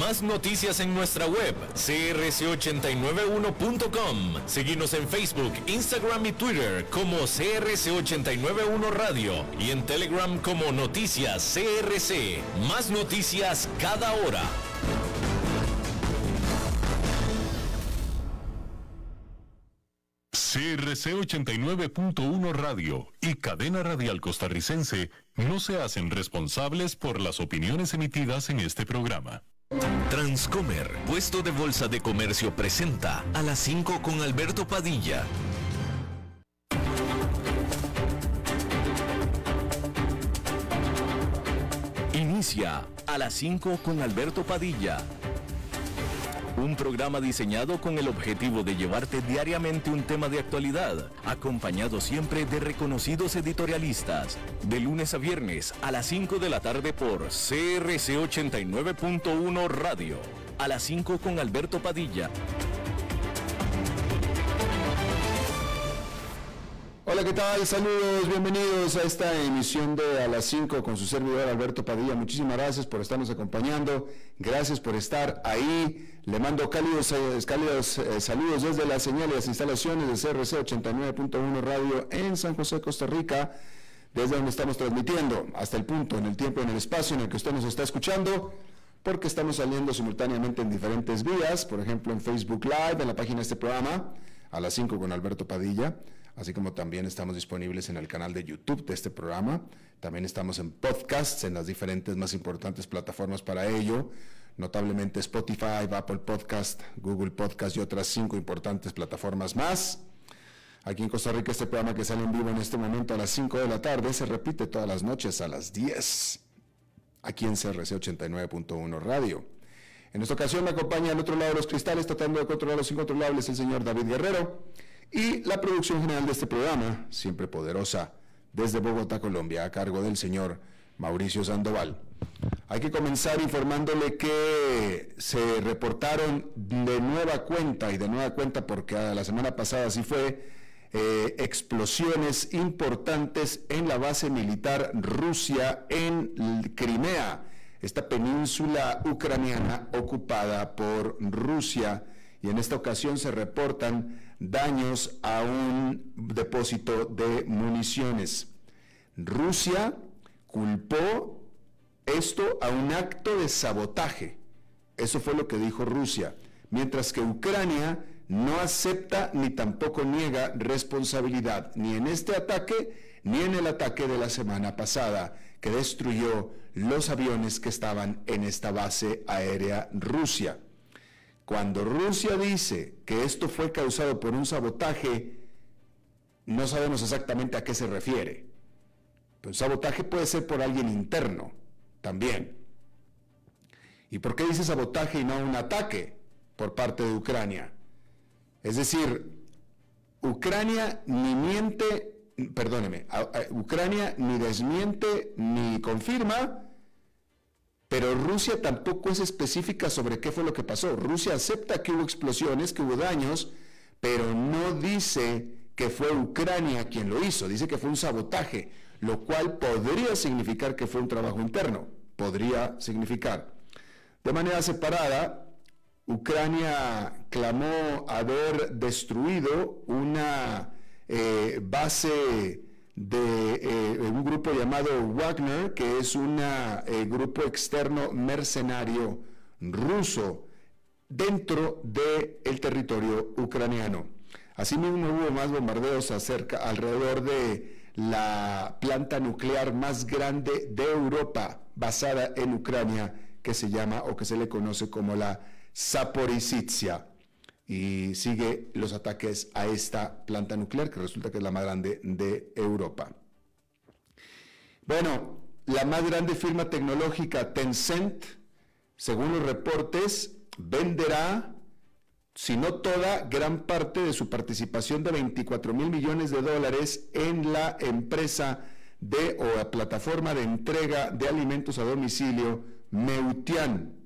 Más noticias en nuestra web, crc891.com. Seguinos en Facebook, Instagram y Twitter como CRC891 Radio y en Telegram como Noticias CRC. Más noticias cada hora. CRC 89.1 Radio y Cadena Radial Costarricense no se hacen responsables por las opiniones emitidas en este programa. Transcomer, puesto de bolsa de comercio, presenta a las 5 con Alberto Padilla. Inicia a las 5 con Alberto Padilla. Un programa diseñado con el objetivo de llevarte diariamente un tema de actualidad, acompañado siempre de reconocidos editorialistas, de lunes a viernes a las 5 de la tarde por CRC 89.1 Radio. A las 5 con Alberto Padilla. Hola, ¿qué tal? Saludos, bienvenidos a esta emisión de A las 5 con su servidor Alberto Padilla. Muchísimas gracias por estarnos acompañando, gracias por estar ahí. Le mando cálidos saludos desde la señal y las instalaciones de CRC 89.1 Radio en San José, Costa Rica, desde donde estamos transmitiendo hasta el punto, en el tiempo y en el espacio en el que usted nos está escuchando, porque estamos saliendo simultáneamente en diferentes vías, por ejemplo en Facebook Live, en la página de este programa, A las 5 con Alberto Padilla, así como también estamos disponibles en el canal de YouTube de este programa. También estamos en podcasts, en las diferentes más importantes plataformas para ello, notablemente Spotify, Apple Podcast, Google Podcast y otras 5 importantes plataformas más. Aquí en Costa Rica este programa que sale en vivo en este momento a las 5 de la tarde se repite todas las noches a las 10, aquí en CRC 89.1 Radio. En esta ocasión me acompaña al otro lado de los cristales, tratando de controlar los incontrolables, el señor David Guerrero. Y la producción general de este programa, siempre poderosa, desde Bogotá, Colombia, a cargo del señor Mauricio Sandoval. Hay que comenzar informándole que se reportaron de nueva cuenta porque la semana pasada sí fue, explosiones importantes en la base militar Rusia en Crimea, esta península ucraniana ocupada por Rusia. Y en esta ocasión se reportan daños a un depósito de municiones. Rusia culpó esto a un acto de sabotaje. Eso fue lo que dijo Rusia. Mientras que Ucrania no acepta ni tampoco niega responsabilidad, ni en este ataque, ni en el ataque de la semana pasada, que destruyó los aviones que estaban en esta base aérea Rusia. Cuando Rusia dice que esto fue causado por un sabotaje, no sabemos exactamente a qué se refiere. Pero el sabotaje puede ser por alguien interno también. ¿Y por qué dice sabotaje y no un ataque por parte de Ucrania? Es decir, Ucrania Ucrania ni desmiente ni confirma, pero Rusia tampoco es específica sobre qué fue lo que pasó. Rusia acepta que hubo explosiones, que hubo daños, pero no dice que fue Ucrania quien lo hizo, dice que fue un sabotaje, lo cual podría significar que fue un trabajo interno, podría significar. De manera separada, Ucrania clamó haber destruido una base de un grupo llamado Wagner, que es un grupo externo mercenario ruso dentro del territorio ucraniano. Asimismo hubo más bombardeos alrededor de la planta nuclear más grande de Europa, basada en Ucrania, que se llama o que se le conoce como la Zaporizhzhia. Y sigue los ataques a esta planta nuclear, que resulta que es la más grande de Europa. Bueno, la más grande firma tecnológica Tencent, según los reportes, venderá, si no toda, gran parte de su participación de $24 mil millones en la empresa o la plataforma de entrega de alimentos a domicilio Meituan,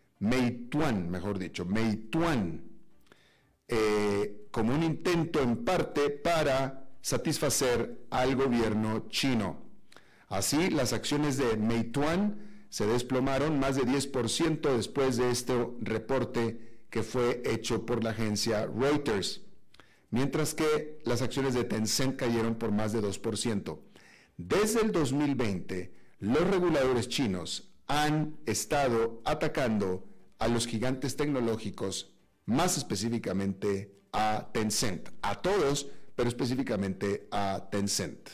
como un intento en parte para satisfacer al gobierno chino. Así, las acciones de Meituan se desplomaron más de 10% después de este reporte que fue hecho por la agencia Reuters, mientras que las acciones de Tencent cayeron por más de 2%. Desde el 2020, los reguladores chinos han estado atacando a los gigantes tecnológicos, más específicamente a Tencent, a todos, pero específicamente a Tencent.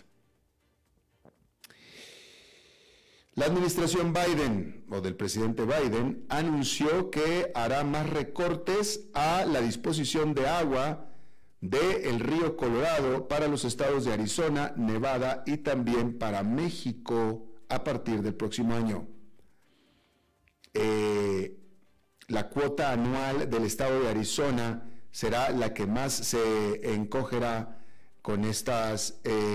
La administración Biden, o del presidente Biden, anunció que hará más recortes a la disposición de agua del río Colorado para los estados de Arizona, Nevada y también para México a partir del próximo año. La cuota anual del estado de Arizona será la que más se encogerá con estas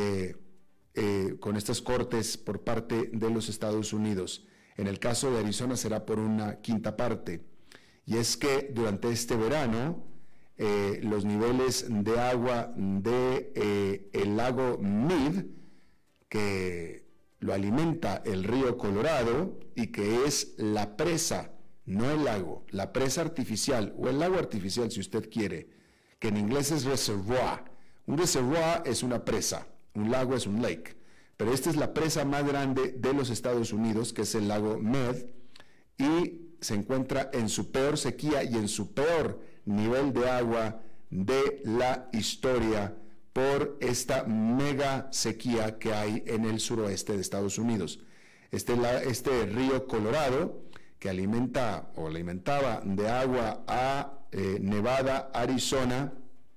cortes por parte de los Estados Unidos. En el caso de Arizona será por una quinta parte. Y es que durante este verano, los niveles de agua el lago Mead, que lo alimenta el río Colorado y que es la presa, no el lago, la presa artificial o el lago artificial si usted quiere, que en inglés es reservoir. Un reservoir es una presa, un lago es un lake, pero esta es la presa más grande de los Estados Unidos, que es el lago Mead, y se encuentra en su peor sequía y en su peor nivel de agua de la historia por esta mega sequía que hay en el suroeste de Estados Unidos. Este río Colorado, que alimentaba de agua a Nevada, Arizona,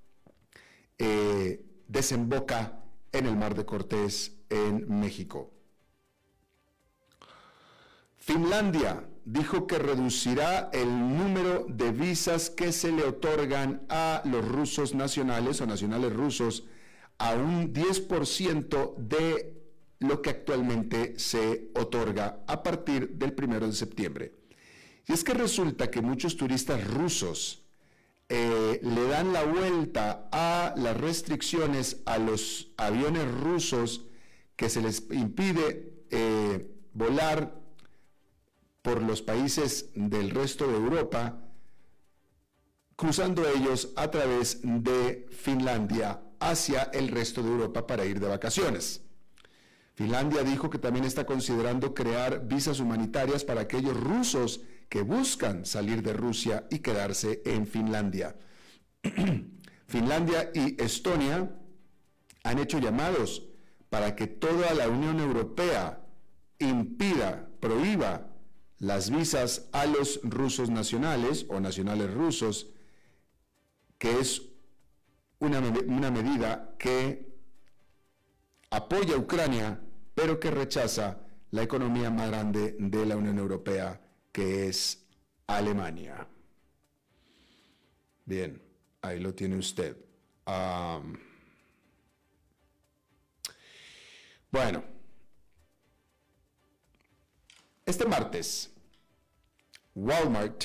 desemboca en el Mar de Cortés, en México. Finlandia dijo que reducirá el número de visas que se le otorgan a los rusos nacionales o nacionales rusos a un 10% de lo que actualmente se otorga a partir del 1 de septiembre. Y es que resulta que muchos turistas rusos le dan la vuelta a las restricciones a los aviones rusos que se les impide volar por los países del resto de Europa, cruzando ellos a través de Finlandia hacia el resto de Europa para ir de vacaciones. Finlandia dijo que también está considerando crear visas humanitarias para aquellos rusos que buscan salir de Rusia y quedarse en Finlandia. Finlandia y Estonia han hecho llamados para que toda la Unión Europea prohíba las visas a los rusos nacionales o nacionales rusos, que es una medida que apoya a Ucrania, pero que rechaza la economía más grande de la Unión Europea, que es Alemania. Bien, ahí lo tiene usted. Bueno, este martes, Walmart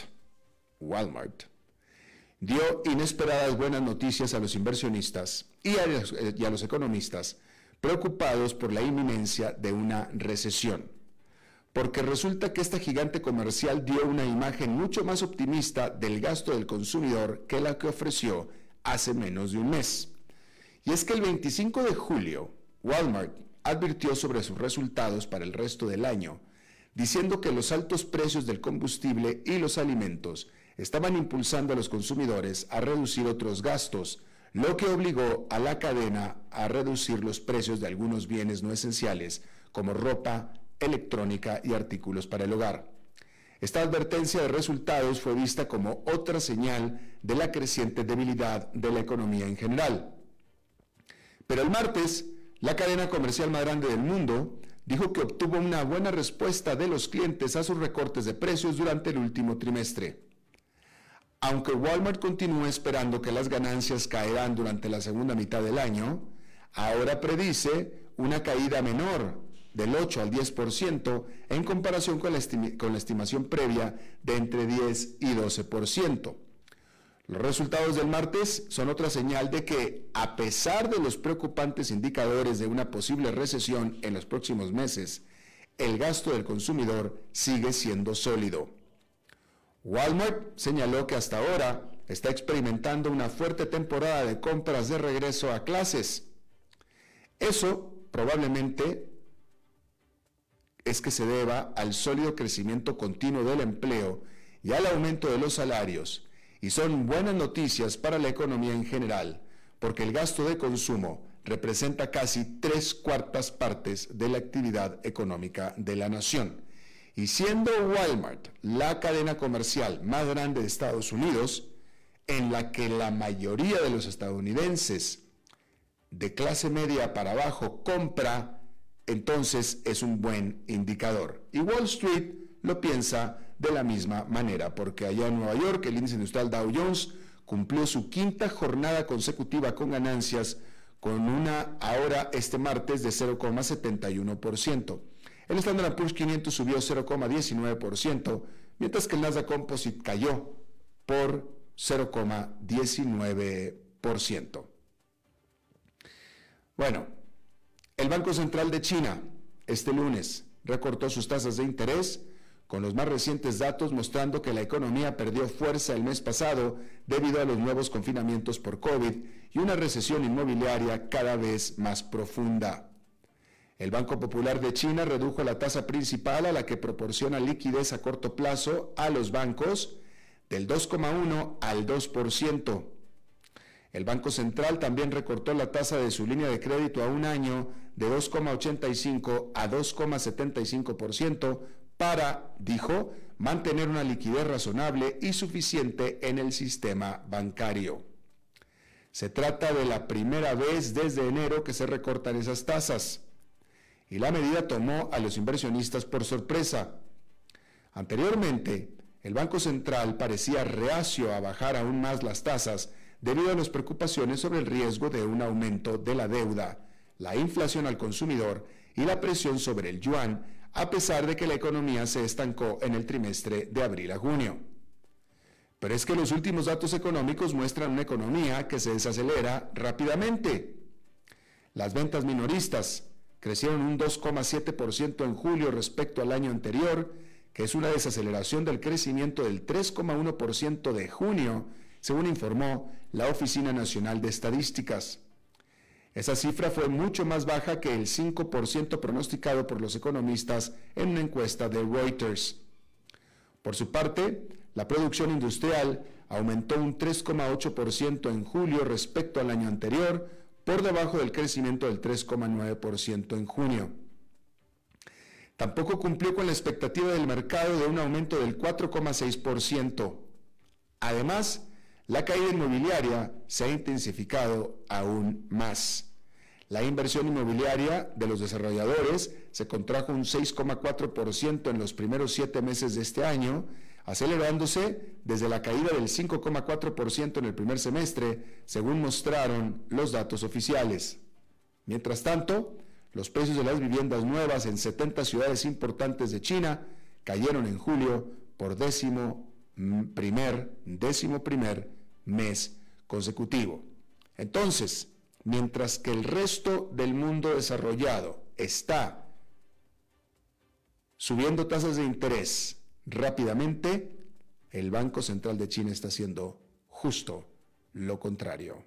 dio inesperadas buenas noticias a los inversionistas y a los economistas preocupados por la inminencia de una recesión, porque resulta que esta gigante comercial dio una imagen mucho más optimista del gasto del consumidor que la que ofreció hace menos de un mes. Y es que el 25 de julio, Walmart advirtió sobre sus resultados para el resto del año, diciendo que los altos precios del combustible y los alimentos estaban impulsando a los consumidores a reducir otros gastos, lo que obligó a la cadena a reducir los precios de algunos bienes no esenciales, como ropa, electrónica y artículos para el hogar. Esta advertencia de resultados fue vista como otra señal de la creciente debilidad de la economía en general. Pero el martes, la cadena comercial más grande del mundo dijo que obtuvo una buena respuesta de los clientes a sus recortes de precios durante el último trimestre. Aunque Walmart continúa esperando que las ganancias caerán durante la segunda mitad del año, ahora predice una caída menor del 8 al 10% en comparación con la estimación previa de entre 10 y 12%. Los resultados del martes son otra señal de que, a pesar de los preocupantes indicadores de una posible recesión en los próximos meses, el gasto del consumidor sigue siendo sólido. Walmart señaló que hasta ahora está experimentando una fuerte temporada de compras de regreso a clases. Eso probablemente es que se deba al sólido crecimiento continuo del empleo y al aumento de los salarios, y son buenas noticias para la economía en general, porque el gasto de consumo representa casi 3/4 partes de la actividad económica de la nación. Y siendo Walmart la cadena comercial más grande de Estados Unidos, en la que la mayoría de los estadounidenses de clase media para abajo compra, entonces es un buen indicador. Y Wall Street lo piensa de la misma manera, porque allá en Nueva York el índice industrial Dow Jones cumplió su 5ª jornada consecutiva con ganancias, con una ahora este martes de 0,71%. El Standard & Poor's 500 subió 0,19%, mientras que el Nasdaq Composite cayó por 0,19%. Bueno, el Banco Central de China este lunes recortó sus tasas de interés, con los más recientes datos mostrando que la economía perdió fuerza el mes pasado debido a los nuevos confinamientos por COVID y una recesión inmobiliaria cada vez más profunda. El Banco Popular de China redujo la tasa principal a la que proporciona liquidez a corto plazo a los bancos del 2,1 al 2%. El Banco Central también recortó la tasa de su línea de crédito a un año de 2,85 a 2,75% para, dijo, mantener una liquidez razonable y suficiente en el sistema bancario. Se trata de la primera vez desde enero que se recortan esas tasas, y la medida tomó a los inversionistas por sorpresa. Anteriormente, el Banco Central parecía reacio a bajar aún más las tasas debido a las preocupaciones sobre el riesgo de un aumento de la deuda, la inflación al consumidor y la presión sobre el yuan, a pesar de que la economía se estancó en el trimestre de abril a junio. Pero es que los últimos datos económicos muestran una economía que se desacelera rápidamente. Las ventas minoristas crecieron un 2,7% en julio respecto al año anterior, que es una desaceleración del crecimiento del 3,1% de junio, según informó la Oficina Nacional de Estadísticas. Esa cifra fue mucho más baja que el 5% pronosticado por los economistas en una encuesta de Reuters. Por su parte, la producción industrial aumentó un 3,8% en julio respecto al año anterior, por debajo del crecimiento del 3,9% en junio. Tampoco cumplió con la expectativa del mercado de un aumento del 4,6%. Además, la caída inmobiliaria se ha intensificado aún más. La inversión inmobiliaria de los desarrolladores se contrajo un 6,4% en los primeros 7 meses de este año, acelerándose desde la caída del 5,4% en el primer semestre, según mostraron los datos oficiales. Mientras tanto, los precios de las viviendas nuevas en 70 ciudades importantes de China cayeron en julio por décimo primer mes consecutivo. Entonces, mientras que el resto del mundo desarrollado está subiendo tasas de interés rápidamente, el Banco Central de China está haciendo justo lo contrario.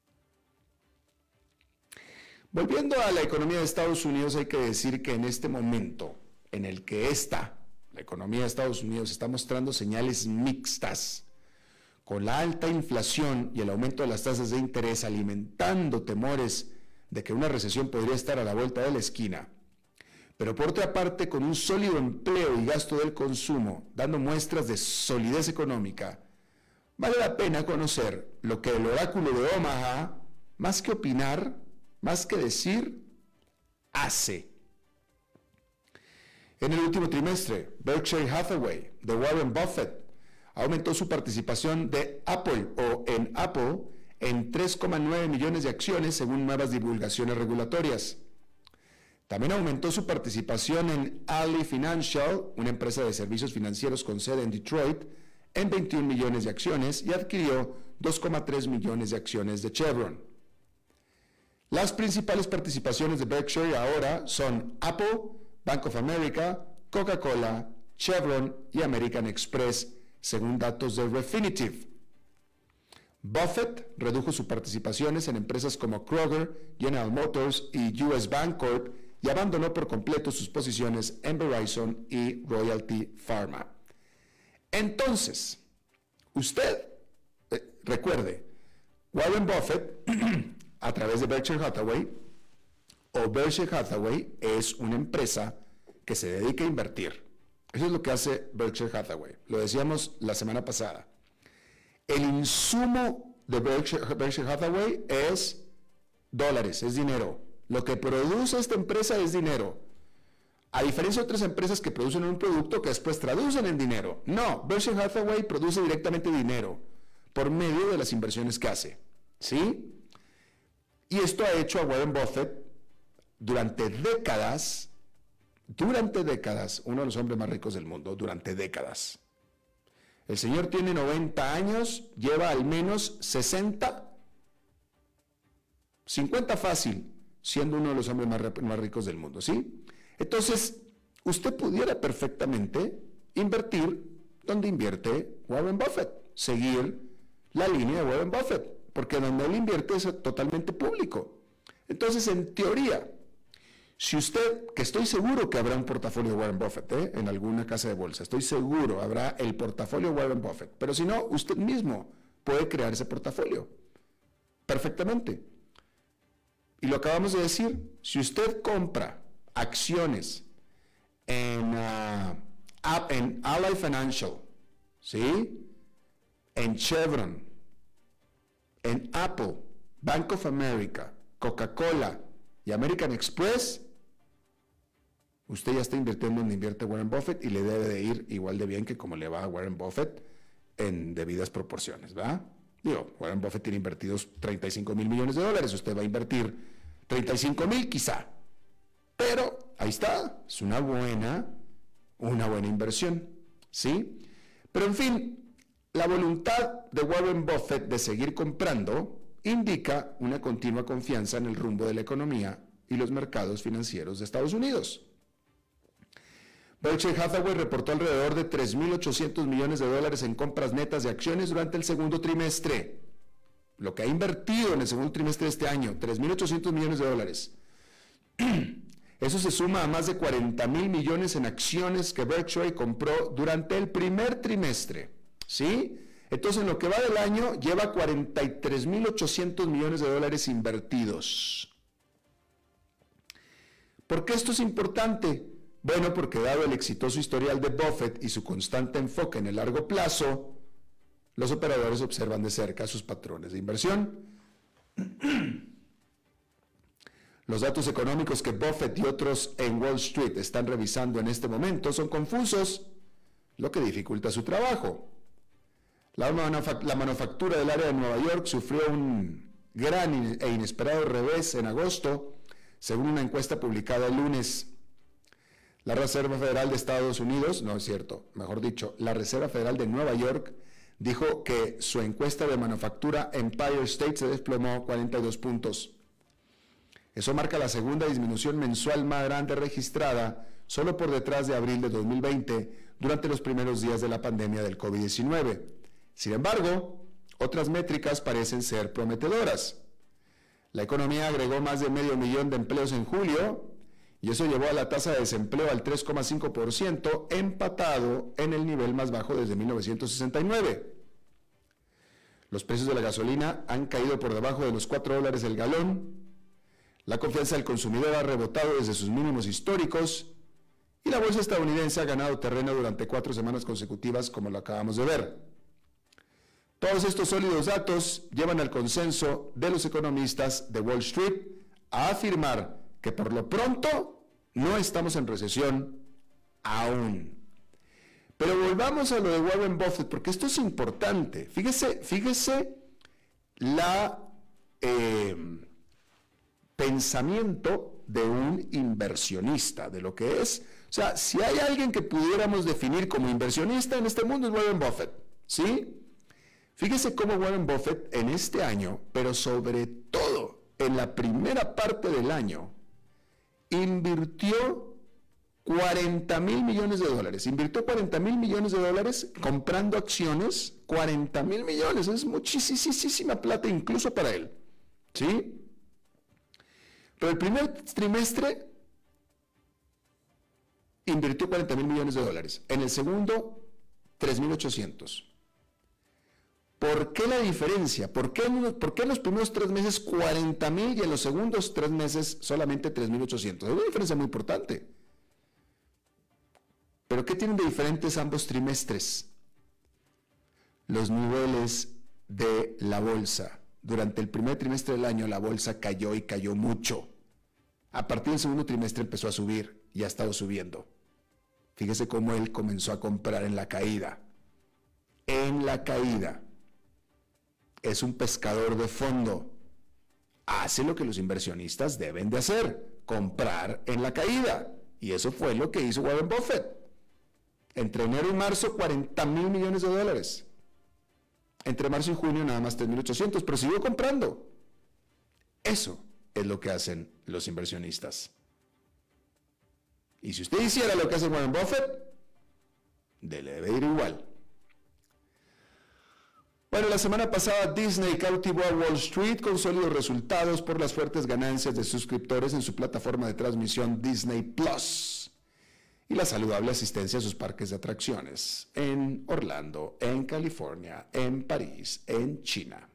Volviendo a la economía de Estados Unidos, hay que decir que en este momento en el que la economía de Estados Unidos está mostrando señales mixtas, con la alta inflación y el aumento de las tasas de interés alimentando temores de que una recesión podría estar a la vuelta de la esquina, pero por otra parte con un sólido empleo y gasto del consumo dando muestras de solidez económica, vale la pena conocer lo que el oráculo de Omaha, más que opinar, más que decir, hace. En el último trimestre, Berkshire Hathaway de Warren Buffett aumentó su participación de Apple en 3,9 millones de acciones según nuevas divulgaciones regulatorias. También aumentó su participación en Ally Financial, una empresa de servicios financieros con sede en Detroit, en 21 millones de acciones y adquirió 2,3 millones de acciones de Chevron. Las principales participaciones de Berkshire ahora son Apple, Bank of America, Coca-Cola, Chevron y American Express, según datos de Refinitiv. Buffett redujo sus participaciones en empresas como Kroger, General Motors y US Bancorp y abandonó por completo sus posiciones en Verizon y Royalty Pharma. Entonces, usted, recuerde, Warren Buffett, a través de Berkshire Hathaway, es una empresa que se dedica a invertir. Eso es lo que hace Berkshire Hathaway. Lo decíamos la semana pasada. El insumo de Berkshire Hathaway es dólares, es dinero. Lo que produce esta empresa es dinero. A diferencia de otras empresas que producen un producto que después traducen en dinero. No, Berkshire Hathaway produce directamente dinero por medio de las inversiones que hace. ¿Sí? Y esto ha hecho a Warren Buffett durante décadas, uno de los hombres más ricos del mundo, durante décadas. El señor tiene 90 años, lleva al menos 50 fácil, siendo uno de los hombres más ricos del mundo, ¿sí? Entonces, usted pudiera perfectamente invertir donde invierte Warren Buffett, seguir la línea de Warren Buffett, porque donde él invierte es totalmente público. Entonces, en teoría, si usted, que estoy seguro que habrá un portafolio de Warren Buffett, en alguna casa de bolsa, estoy seguro habrá el portafolio de Warren Buffett, pero si no, usted mismo puede crear ese portafolio perfectamente. Y lo acabamos de decir, si usted compra acciones en Ally Financial, ¿sí? En Chevron, en Apple, Bank of America, Coca-Cola y American Express, usted ya está invirtiendo donde invierte Warren Buffett y le debe de ir igual de bien que como le va a Warren Buffett en debidas proporciones, ¿verdad? Digo, Warren Buffett tiene invertidos $35 mil millones, usted va a invertir 35 mil quizá, pero ahí está, es una buena inversión, ¿sí? Pero en fin, la voluntad de Warren Buffett de seguir comprando indica una continua confianza en el rumbo de la economía y los mercados financieros de Estados Unidos. Berkshire Hathaway reportó alrededor de $3.800 millones en compras netas de acciones durante el segundo trimestre. Lo que ha invertido en el segundo trimestre de este año, $3.800 millones. Eso se suma a más de 40,000 millones en acciones que Berkshire compró durante el primer trimestre, ¿sí? Entonces, en lo que va del año, lleva $43.800 millones invertidos. ¿Por qué esto es importante? Bueno, porque dado el exitoso historial de Buffett y su constante enfoque en el largo plazo, los operadores observan de cerca sus patrones de inversión. Los datos económicos que Buffett y otros en Wall Street están revisando en este momento son confusos, lo que dificulta su trabajo. La manufactura del área de Nueva York sufrió un gran e inesperado revés en agosto, según una encuesta publicada el lunes. La Reserva Federal de Estados Unidos, la Reserva Federal de Nueva York dijo que su encuesta de manufactura Empire State se desplomó 42 puntos. Eso marca la segunda disminución mensual más grande registrada, solo por detrás de abril de 2020, durante los primeros días de la pandemia del COVID-19. Sin embargo, otras métricas parecen ser prometedoras. La economía agregó más de 500,000 de empleos en julio, y eso llevó a la tasa de desempleo al 3,5%, empatado en el nivel más bajo desde 1969. Los precios de la gasolina han caído por debajo de los $4 el galón. La confianza del consumidor ha rebotado desde sus mínimos históricos y la bolsa estadounidense ha ganado terreno durante 4 semanas consecutivas, como lo acabamos de ver. Todos estos sólidos datos llevan al consenso de los economistas de Wall Street a afirmar que por lo pronto no estamos en recesión aún. Pero volvamos a lo de Warren Buffett, porque esto es importante. Fíjese la pensamiento de un inversionista, de lo que es. O sea, si hay alguien que pudiéramos definir como inversionista en este mundo es Warren Buffett, ¿sí? Fíjese cómo Warren Buffett en este año, pero sobre todo en la primera parte del año, invirtió $40,000 millones. Invirtió $40,000 millones comprando acciones. $40,000 millones. Es muchísima plata incluso para él. ¿Sí? Pero el primer trimestre invirtió $40,000 millones. En el segundo, 3,800. ¿Por qué la diferencia? ¿Por qué en los primeros 3 meses 40,000 y en los segundos 3 meses solamente 3,800? Es una diferencia muy importante. ¿Pero qué tienen de diferentes ambos trimestres? Los niveles de la bolsa. Durante el primer trimestre del año la bolsa cayó y cayó mucho. A partir del segundo trimestre empezó a subir y ha estado subiendo. Fíjese cómo él comenzó a comprar en la caída. En la caída. Es un pescador de fondo. Hace lo que los inversionistas deben de hacer, comprar en la caída. Y eso fue lo que hizo Warren Buffett. Entre enero y marzo, $40,000 millones. Entre marzo y junio, nada más 3,800, pero siguió comprando. Eso es lo que hacen los inversionistas. Y si usted hiciera lo que hace Warren Buffett, le debe ir igual. Bueno, la semana pasada Disney cautivó a Wall Street con sólidos resultados por las fuertes ganancias de suscriptores en su plataforma de transmisión Disney Plus y la saludable asistencia a sus parques de atracciones en Orlando, en California, en París, en China.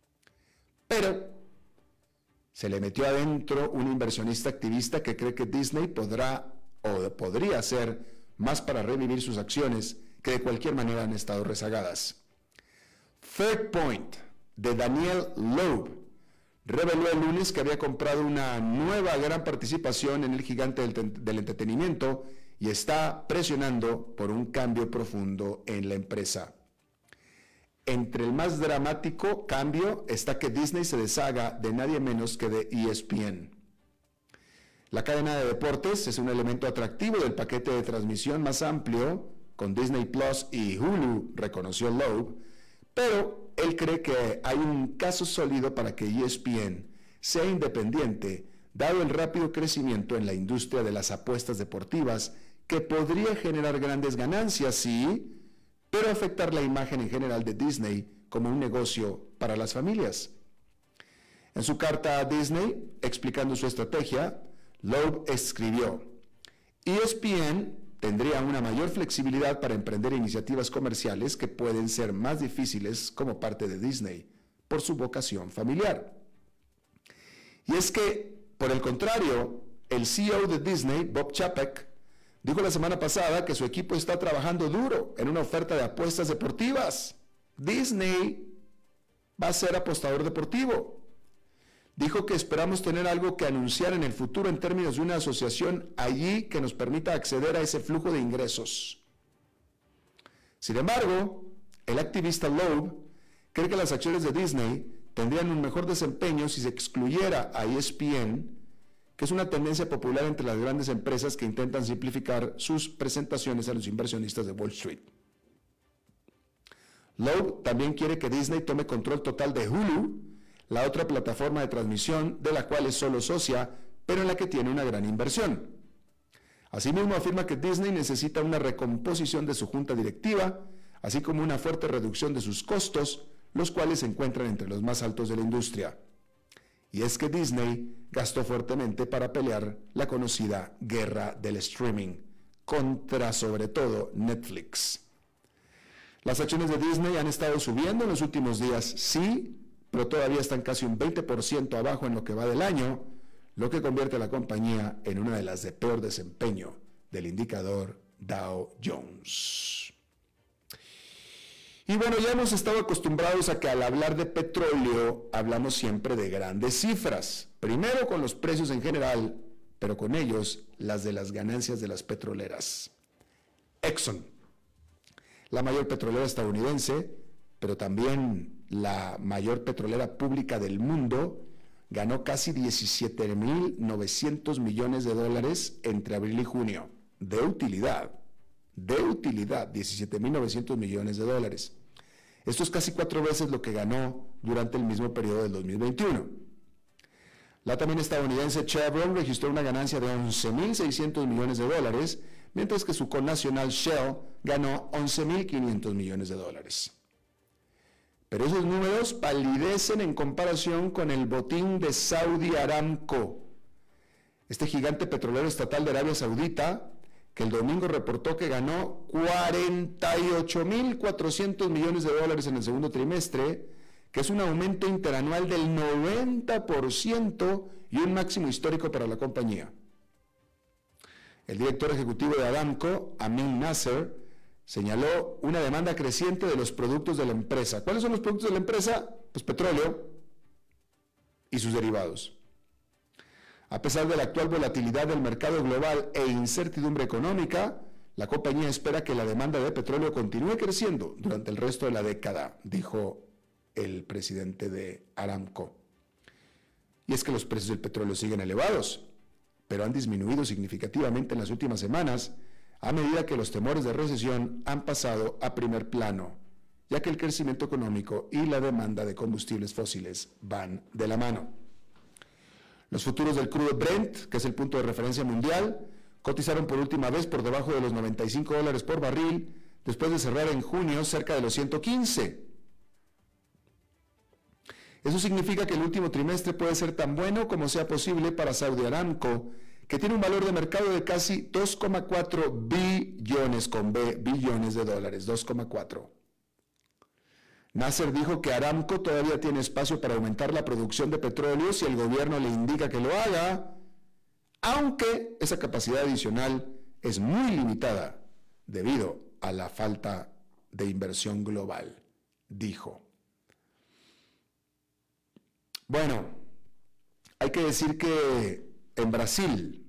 Pero se le metió adentro un inversionista activista que cree que Disney podría hacer más para revivir sus acciones que de cualquier manera han estado rezagadas. Third Point, de Daniel Loeb, reveló el lunes que había comprado una nueva gran participación en el gigante del entretenimiento y está presionando por un cambio profundo en la empresa. Entre el más dramático cambio está que Disney se deshaga de nadie menos que de ESPN. La cadena de deportes es un elemento atractivo del paquete de transmisión más amplio, con Disney Plus y Hulu, reconoció Loeb, pero él cree que hay un caso sólido para que ESPN sea independiente, dado el rápido crecimiento en la industria de las apuestas deportivas, que podría generar grandes ganancias, sí, pero afectar la imagen en general de Disney como un negocio para las familias. En su carta a Disney, explicando su estrategia, Loeb escribió: ESPN tendría una mayor flexibilidad para emprender iniciativas comerciales que pueden ser más difíciles como parte de Disney, por su vocación familiar. Y es que, por el contrario, el CEO de Disney, Bob Chapek, dijo la semana pasada que su equipo está trabajando duro en una oferta de apuestas deportivas. Disney va a ser apostador deportivo. Dijo que esperamos tener algo que anunciar en el futuro en términos de una asociación allí que nos permita acceder a ese flujo de ingresos. Sin embargo, el activista Loeb cree que las acciones de Disney tendrían un mejor desempeño si se excluyera a ESPN, que es una tendencia popular entre las grandes empresas que intentan simplificar sus presentaciones a los inversionistas de Wall Street. Loeb también quiere que Disney tome control total de Hulu, la otra plataforma de transmisión de la cual es solo socia, pero en la que tiene una gran inversión. Asimismo, afirma que Disney necesita una recomposición de su junta directiva, así como una fuerte reducción de sus costos, los cuales se encuentran entre los más altos de la industria. Y es que Disney gastó fuertemente para pelear la conocida guerra del streaming, contra sobre todo Netflix. Las acciones de Disney han estado subiendo en los últimos días, sí, pero todavía están casi un 20% abajo en lo que va del año, lo que convierte a la compañía en una de las de peor desempeño del indicador Dow Jones. Y bueno, ya hemos estado acostumbrados a que al hablar de petróleo hablamos siempre de grandes cifras, primero con los precios en general, pero con ellos las de las ganancias de las petroleras. Exxon, la mayor petrolera estadounidense, pero también la mayor petrolera pública del mundo, ganó casi $17,900 millones entre abril y junio, de utilidad, $17,900 millones. Esto es casi 4 veces lo que ganó durante el mismo periodo del 2021. La también estadounidense Chevron registró una ganancia de 11.600 millones de dólares, mientras que su connacional Shell ganó 11.500 millones de dólares. Pero esos números palidecen en comparación con el botín de Saudi Aramco, este gigante petrolero estatal de Arabia Saudita, que el domingo reportó que ganó 48.400 millones de dólares en el segundo trimestre, que es un aumento interanual del 90% y un máximo histórico para la compañía. El director ejecutivo de Aramco, Amin Nasser, señaló una demanda creciente de los productos de la empresa. ¿Cuáles son los productos de la empresa? Pues petróleo y sus derivados. A pesar de la actual volatilidad del mercado global e incertidumbre económica, la compañía espera que la demanda de petróleo continúe creciendo durante el resto de la década, dijo el presidente de Aramco. Y es que los precios del petróleo siguen elevados, pero han disminuido significativamente en las últimas semanas a medida que los temores de recesión han pasado a primer plano, ya que el crecimiento económico y la demanda de combustibles fósiles van de la mano. Los futuros del crudo Brent, que es el punto de referencia mundial, cotizaron por última vez por debajo de los $95 por barril, después de cerrar en junio cerca de los 115. Eso significa que el último trimestre puede ser tan bueno como sea posible para Saudi Aramco, que tiene un valor de mercado de casi 2,4 billones con B, billones de dólares, 2,4. Nasser dijo que Aramco todavía tiene espacio para aumentar la producción de petróleo si el gobierno le indica que lo haga, aunque esa capacidad adicional es muy limitada debido a la falta de inversión global, dijo. Bueno, hay que decir que en Brasil,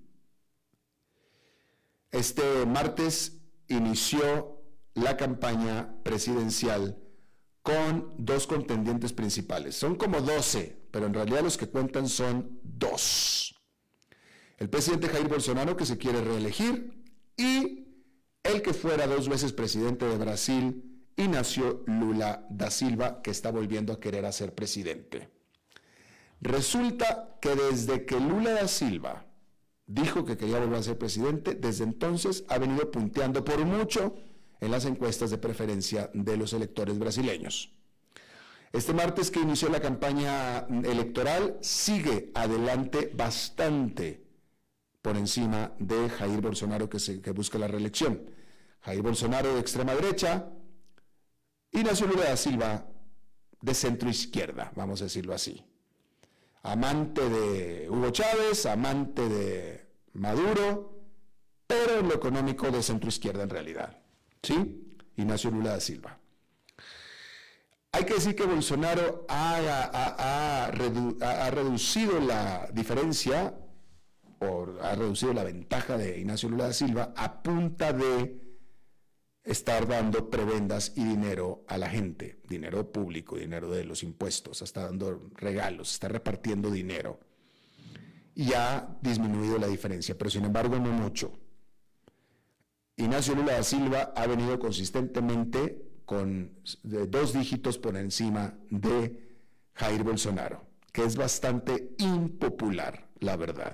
este martes inició la campaña presidencial con dos contendientes principales. Son como 12, pero en realidad los que cuentan son 2. El presidente Jair Bolsonaro, que se quiere reelegir, y el que fuera 2 veces presidente de Brasil, Inácio Lula da Silva, que está volviendo a querer ser presidente. Resulta que desde que Lula da Silva dijo que quería volver a ser presidente, desde entonces ha venido punteando por mucho en las encuestas de preferencia de los electores brasileños. Este martes que inició la campaña electoral, sigue adelante bastante por encima de Jair Bolsonaro, que busca la reelección. Jair Bolsonaro de extrema derecha, Inácio Lula da Silva de centro izquierda, vamos a decirlo así. Amante de Hugo Chávez, amante de Maduro, pero en lo económico de centro izquierda en realidad. ¿Sí? Inácio Lula da Silva. Hay que decir que Bolsonaro ha reducido la diferencia, o ha reducido la ventaja de Inácio Lula da Silva a punta de estar dando prebendas y dinero a la gente, dinero público, dinero de los impuestos, está dando regalos, está repartiendo dinero. Y ha disminuido la diferencia, pero sin embargo no mucho. Inácio Lula da Silva ha venido consistentemente con 2 dígitos por encima de Jair Bolsonaro, que es bastante impopular, la verdad.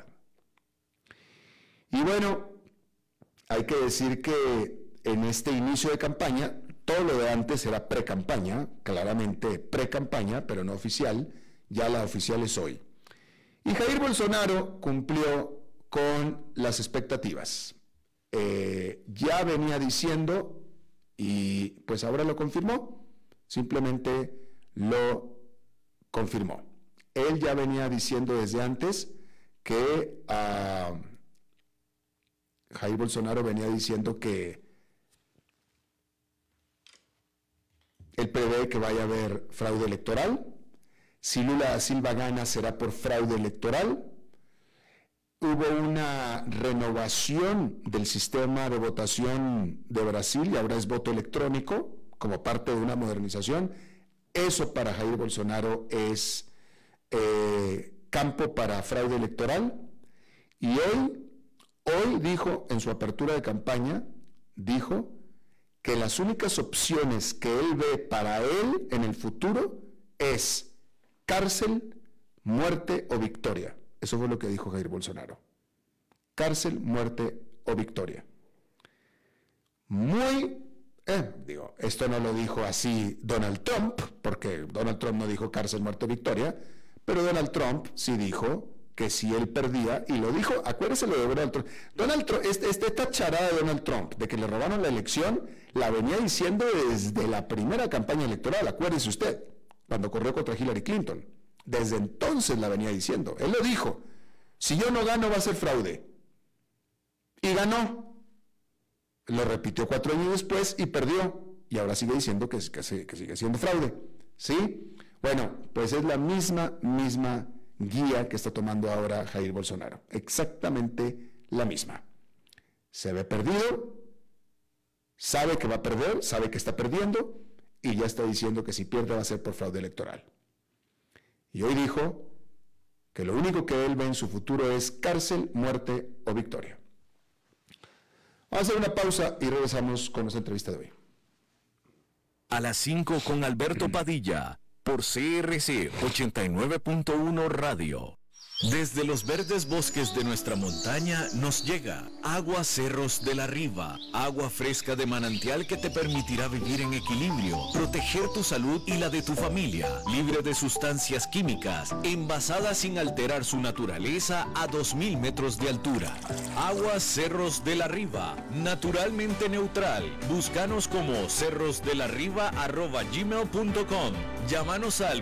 Y bueno, hay que decir que en este inicio de campaña, todo lo de antes era pre-campaña, claramente pre-campaña, pero no oficial, ya la oficial es hoy. Y Jair Bolsonaro cumplió con las expectativas. Ya venía diciendo, y pues ahora lo confirmó, simplemente lo confirmó. Él ya venía diciendo desde antes que Jair Bolsonaro venía diciendo que él prevé que vaya a haber fraude electoral. Si Lula da Silva gana, será por fraude electoral. Hubo una renovación del sistema de votación de Brasil y ahora es voto electrónico como parte de una modernización. Eso para Jair Bolsonaro es campo para fraude electoral. Y hoy dijo en su apertura de campaña, dijo que las únicas opciones que él ve para él en el futuro es cárcel, muerte o victoria. Eso fue lo que dijo Jair Bolsonaro. Cárcel, muerte o victoria. Esto no lo dijo así Donald Trump, porque Donald Trump no dijo cárcel, muerte o victoria, pero Donald Trump sí dijo que si él perdía, y lo dijo, acuérdese lo de Donald Trump. Donald Trump, esta charada de Donald Trump, de que le robaron la elección, la venía diciendo desde la primera campaña electoral, acuérdese usted, cuando corrió contra Hillary Clinton. Desde entonces la venía diciendo. Él lo dijo, si yo no gano va a ser fraude. Y ganó. Lo repitió 4 años después y perdió. Y ahora sigue diciendo que sigue siendo fraude. ¿Sí? Bueno, pues es la misma guía que está tomando ahora Jair Bolsonaro. Exactamente la misma. Se ve perdido, sabe que va a perder, sabe que está perdiendo y ya está diciendo que si pierde va a ser por fraude electoral. Y hoy dijo que lo único que él ve en su futuro es cárcel, muerte o victoria. Vamos a hacer una pausa y regresamos con nuestra entrevista de hoy. A las 5 con Alberto Padilla, por CRC 89.1 Radio. Desde los verdes bosques de nuestra montaña nos llega Agua Cerros de la Riva, agua fresca de manantial que te permitirá vivir en equilibrio, proteger tu salud y la de tu familia, libre de sustancias químicas, envasada sin alterar su naturaleza a 2000 metros de altura. Agua Cerros de la Riva, naturalmente neutral. Búscanos como cerrosdelarriba@gmail.com. Llámanos al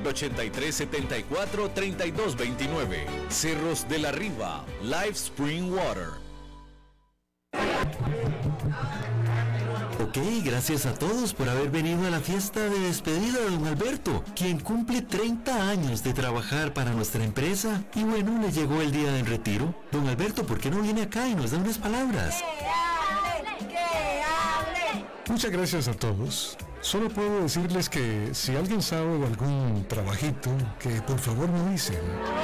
8374-3229. Cerros de la Riva, Live Spring Water. Ok, gracias a todos por haber venido a la fiesta de despedida de don Alberto, quien cumple 30 años de trabajar para nuestra empresa. Y bueno, le llegó el día del retiro. Don Alberto, ¿por qué no viene acá y nos da unas palabras? ¡Que hable! Muchas gracias a todos. Solo puedo decirles que si alguien sabe de algún trabajito, que por favor me dicen.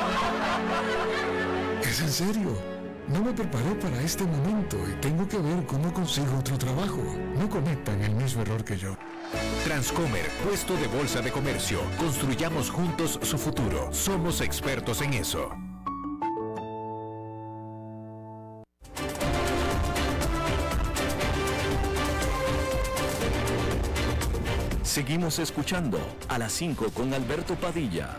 Es en serio. No me preparé para este momento y tengo que ver cómo consigo otro trabajo. No cometan el mismo error que yo. Transcomer, puesto de bolsa de comercio. Construyamos juntos su futuro. Somos expertos en eso. Seguimos escuchando a las 5 con Alberto Padilla.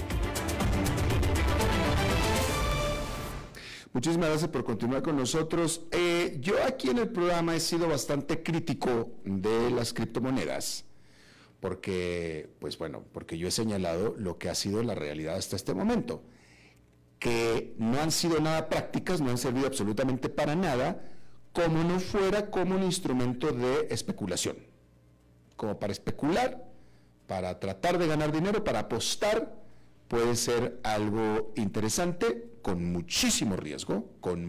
Muchísimas gracias por continuar con nosotros. Yo aquí en el programa he sido bastante crítico de las criptomonedas, porque yo he señalado lo que ha sido la realidad hasta este momento, que no han sido nada prácticas, no han servido absolutamente para nada, como no fuera como un instrumento de especulación. Como para especular, para tratar de ganar dinero, para apostar, puede ser algo interesante, con muchísimo riesgo,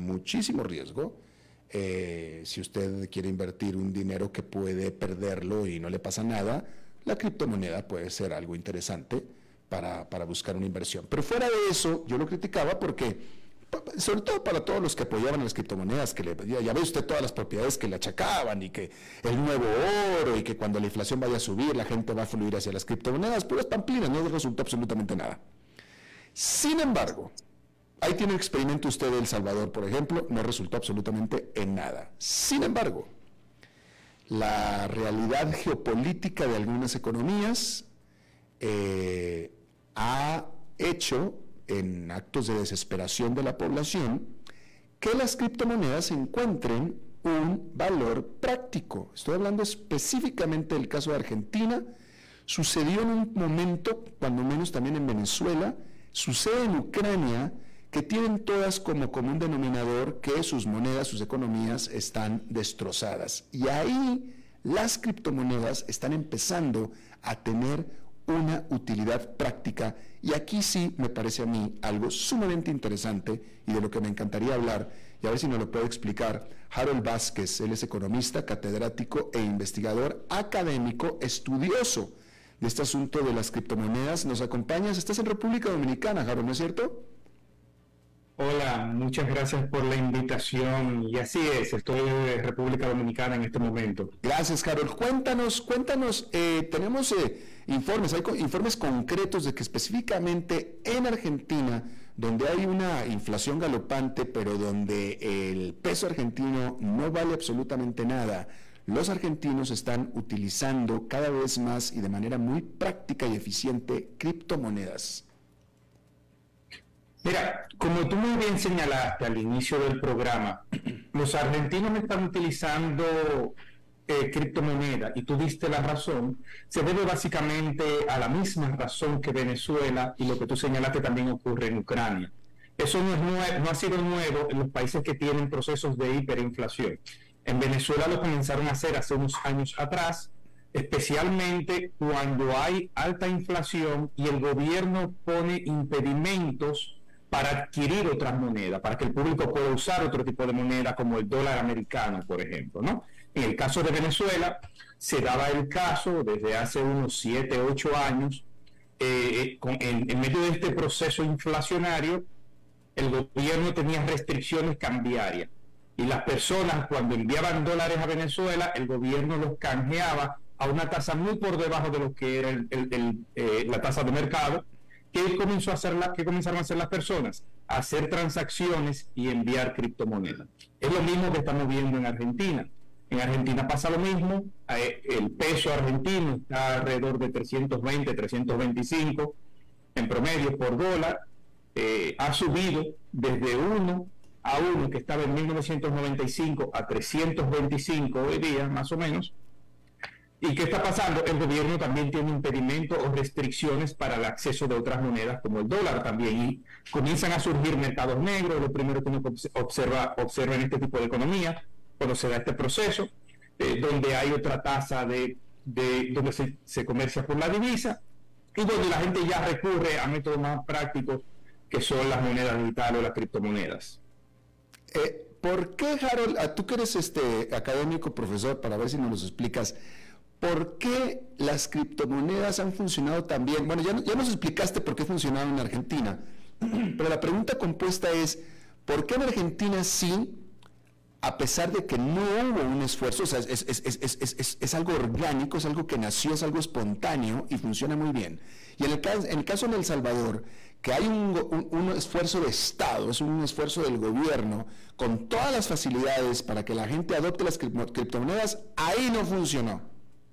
si usted quiere invertir un dinero que puede perderlo y no le pasa nada, la criptomoneda puede ser algo interesante para buscar una inversión. Pero fuera de eso, yo lo criticaba porque, sobre todo para todos los que apoyaban las criptomonedas, que ya ve usted todas las propiedades que le achacaban, y que el nuevo oro, y que cuando la inflación vaya a subir, la gente va a fluir hacia las criptomonedas, puras pamplinas, no resultó absolutamente nada. Sin embargo, ahí tiene un experimento usted de El Salvador, por ejemplo, no resultó absolutamente en nada. Sin embargo, la realidad geopolítica de algunas economías ha hecho, en actos de desesperación de la población, que las criptomonedas encuentren un valor práctico. Estoy hablando específicamente del caso de Argentina. Sucedió en un momento, cuando menos también en Venezuela, sucede en Ucrania, que tienen todas como común denominador que sus monedas, sus economías están destrozadas. Y ahí las criptomonedas están empezando a tener una utilidad práctica, y aquí sí me parece a mí algo sumamente interesante y de lo que me encantaría hablar, y a ver si nos lo puede explicar Harold Vázquez. Él es economista, catedrático e investigador académico, estudioso de este asunto de las criptomonedas. ¿Nos acompañas? Estás en República Dominicana, Harold, ¿no es cierto? Hola, muchas gracias por la invitación, y así es, estoy en República Dominicana en este momento. Gracias, Harold. Cuéntanos, tenemos informes, hay informes concretos de que específicamente en Argentina, donde hay una inflación galopante, pero donde el peso argentino no vale absolutamente nada, los argentinos están utilizando cada vez más y de manera muy práctica y eficiente criptomonedas. Mira, como tú muy bien señalaste al inicio del programa, los argentinos están utilizando criptomonedas, y tú diste la razón, se debe básicamente a la misma razón que Venezuela, y lo que tú señalaste también ocurre en Ucrania. Eso no ha sido nuevo en los países que tienen procesos de hiperinflación. En Venezuela lo comenzaron a hacer hace unos años atrás, especialmente cuando hay alta inflación y el gobierno pone impedimentos para adquirir otras monedas, para que el público pueda usar otro tipo de moneda, como el dólar americano, por ejemplo, ¿no? En el caso de Venezuela, se daba el caso desde hace unos 7, 8 años, en medio de este proceso inflacionario, el gobierno tenía restricciones cambiarias, y las personas, cuando enviaban dólares a Venezuela, el gobierno los canjeaba a una tasa muy por debajo de lo que era la tasa de mercado. ¿Qué comenzaron a hacer las personas? A hacer transacciones y enviar criptomonedas. Es lo mismo que estamos viendo en Argentina. En Argentina pasa lo mismo. El peso argentino está alrededor de 320, 325 en promedio por dólar. Ha subido desde 1 a 1, que estaba en 1995, a 325 hoy día, más o menos. ¿Y qué está pasando? El gobierno también tiene impedimentos o restricciones para el acceso de otras monedas, como el dólar también, y comienzan a surgir mercados negros. Lo primero que uno observa en este tipo de economía, cuando se da este proceso, donde hay otra tasa donde se comercia por la divisa, y donde la gente ya recurre a métodos más prácticos, que son las monedas digitales o las criptomonedas. ¿Por qué, Harold, tú que eres académico, profesor, para ver si nos los explicas, ¿por qué las criptomonedas han funcionado tan bien? Bueno, ya nos explicaste por qué funcionaron en Argentina, pero la pregunta compuesta es, ¿por qué en Argentina sí, a pesar de que no hubo un esfuerzo? O sea, es algo orgánico, es algo que nació, es algo espontáneo y funciona muy bien. Y en el caso de El Salvador, que hay un esfuerzo de Estado, es un esfuerzo del gobierno, con todas las facilidades para que la gente adopte las criptomonedas, ahí no funcionó.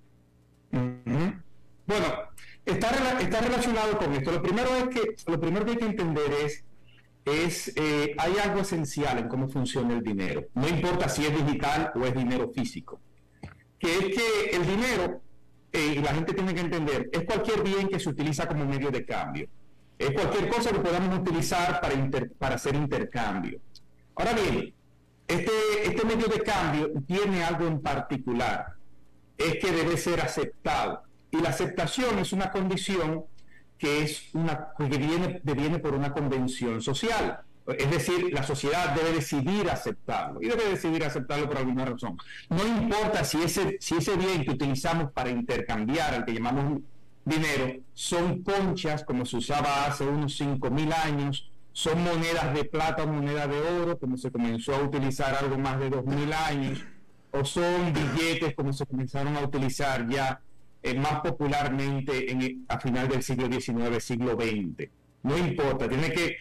Bueno, está relacionado con esto. Lo primero que hay que entender es hay algo esencial en cómo funciona el dinero. No importa si es digital o es dinero físico. Que es que el dinero, y la gente tiene que entender, es cualquier bien que se utiliza como medio de cambio. Es cualquier cosa que podamos utilizar para hacer intercambio. Ahora bien, este medio de cambio tiene algo en particular. Es que debe ser aceptado. Y la aceptación es una condición que viene por una convención social. Es decir, la sociedad debe decidir aceptarlo. Y debe decidir aceptarlo por alguna razón. No importa si ese bien que utilizamos para intercambiar, al que llamamos dinero, son conchas, como se usaba hace unos 5.000 años, son monedas de plata o monedas de oro, como se comenzó a utilizar algo más de 2.000 años, o son billetes como se comenzaron a utilizar ya más popularmente a final del siglo XIX, siglo XX. No importa, tiene que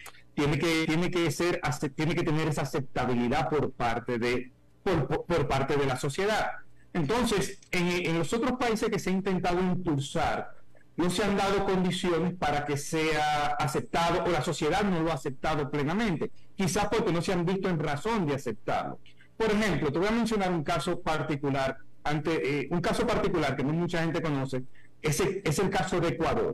tener esa aceptabilidad por parte de la sociedad. Entonces, en los otros países que se ha intentado impulsar, no se han dado condiciones para que sea aceptado, o la sociedad no lo ha aceptado plenamente, quizás porque no se han visto en razón de aceptarlo. Por ejemplo, te voy a mencionar un caso particular, que no mucha gente conoce, es el caso de Ecuador.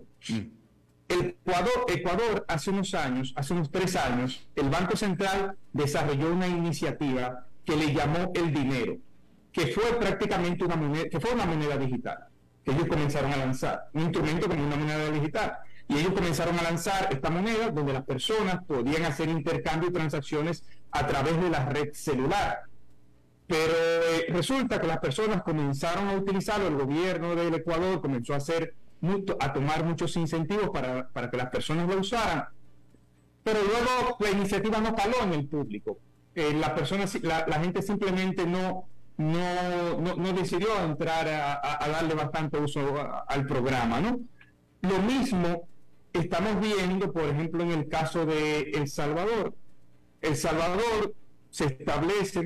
Ecuador hace unos 3 años, el Banco Central desarrolló una iniciativa que le llamó el dinero, que fue prácticamente una moneda digital, que ellos comenzaron a lanzar, un instrumento como una moneda digital. Y ellos comenzaron a lanzar esta moneda donde las personas podían hacer intercambio y transacciones a través de la red celular. Pero resulta que las personas comenzaron a utilizarlo, el gobierno del Ecuador comenzó a tomar muchos incentivos para que las personas lo usaran, pero luego la iniciativa no caló en el público. La gente simplemente no decidió entrar a darle bastante uso al programa, ¿no? Lo mismo estamos viendo, por ejemplo, en el caso de El Salvador. El Salvador se establece,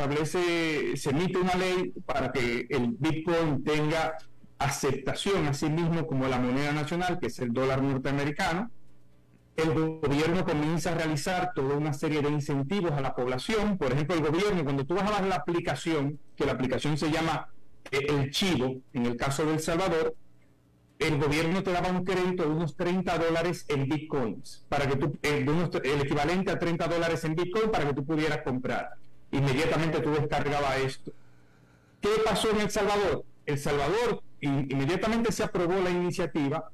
se emite una ley para que el Bitcoin tenga aceptación a sí mismo como la moneda nacional, que es el dólar norteamericano. El gobierno comienza a realizar toda una serie de incentivos a la población. Por ejemplo, el gobierno, cuando tú vas a bajar la aplicación, que la aplicación se llama El Chivo, en el caso de El Salvador, el gobierno te daba un crédito de unos $30 en bitcoins, para que tú, el equivalente a $30 en bitcoin para que tú pudieras comprar. Inmediatamente tú descargabas esto. ¿Qué pasó en El Salvador? El Salvador, inmediatamente se aprobó la iniciativa,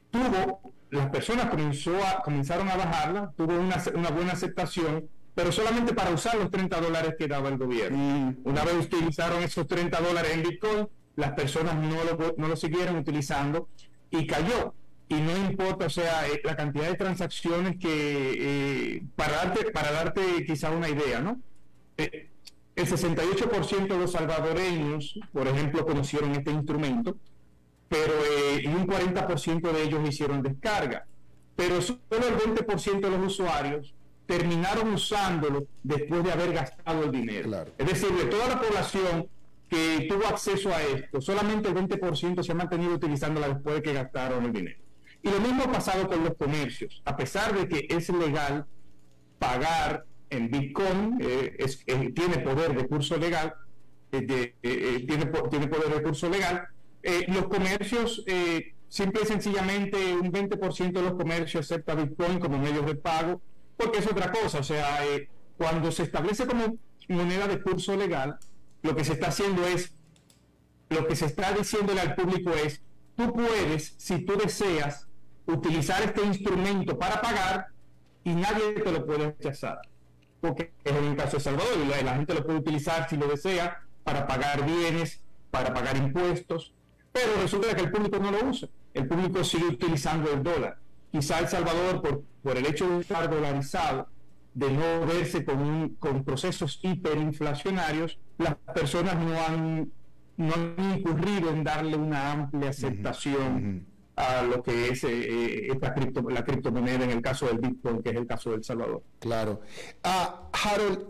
las personas comenzaron a bajarla, tuvo una buena aceptación, pero solamente para usar los $30 que daba el gobierno. Una vez utilizaron esos $30 en bitcoin, las personas no lo siguieron utilizando y cayó. Y no importa, o sea, la cantidad de transacciones que, para darte quizá una idea, ¿no? El 68% de los salvadoreños, por ejemplo, conocieron este instrumento, pero y un 40% de ellos hicieron descarga. Pero solo el 20% de los usuarios terminaron usándolo después de haber gastado el dinero. Claro. Es decir, de toda la población que tuvo acceso a esto, solamente el 20% se ha mantenido utilizándola después de que gastaron el dinero. Y lo mismo ha pasado con los comercios. A pesar de que es legal pagar en Bitcoin, tiene poder de curso legal, tiene poder de curso legal, los comercios, simple y sencillamente un 20% de los comercios acepta Bitcoin como medio de pago, porque es otra cosa. O sea, cuando se establece como moneda de curso legal, lo que se está haciendo es, lo que se está diciéndole al público es, tú puedes, si tú deseas, utilizar este instrumento para pagar y nadie te lo puede rechazar, porque es en el caso de Salvador, y la gente lo puede utilizar si lo desea para pagar bienes, para pagar impuestos, pero resulta que el público no lo usa, el público sigue utilizando el dólar. Quizá El Salvador, por el hecho de estar dolarizado, de no verse con procesos hiperinflacionarios, las personas no han incurrido en darle una amplia aceptación a lo que es la criptomoneda, en el caso del Bitcoin, que es el caso de El Salvador. Claro. Harold,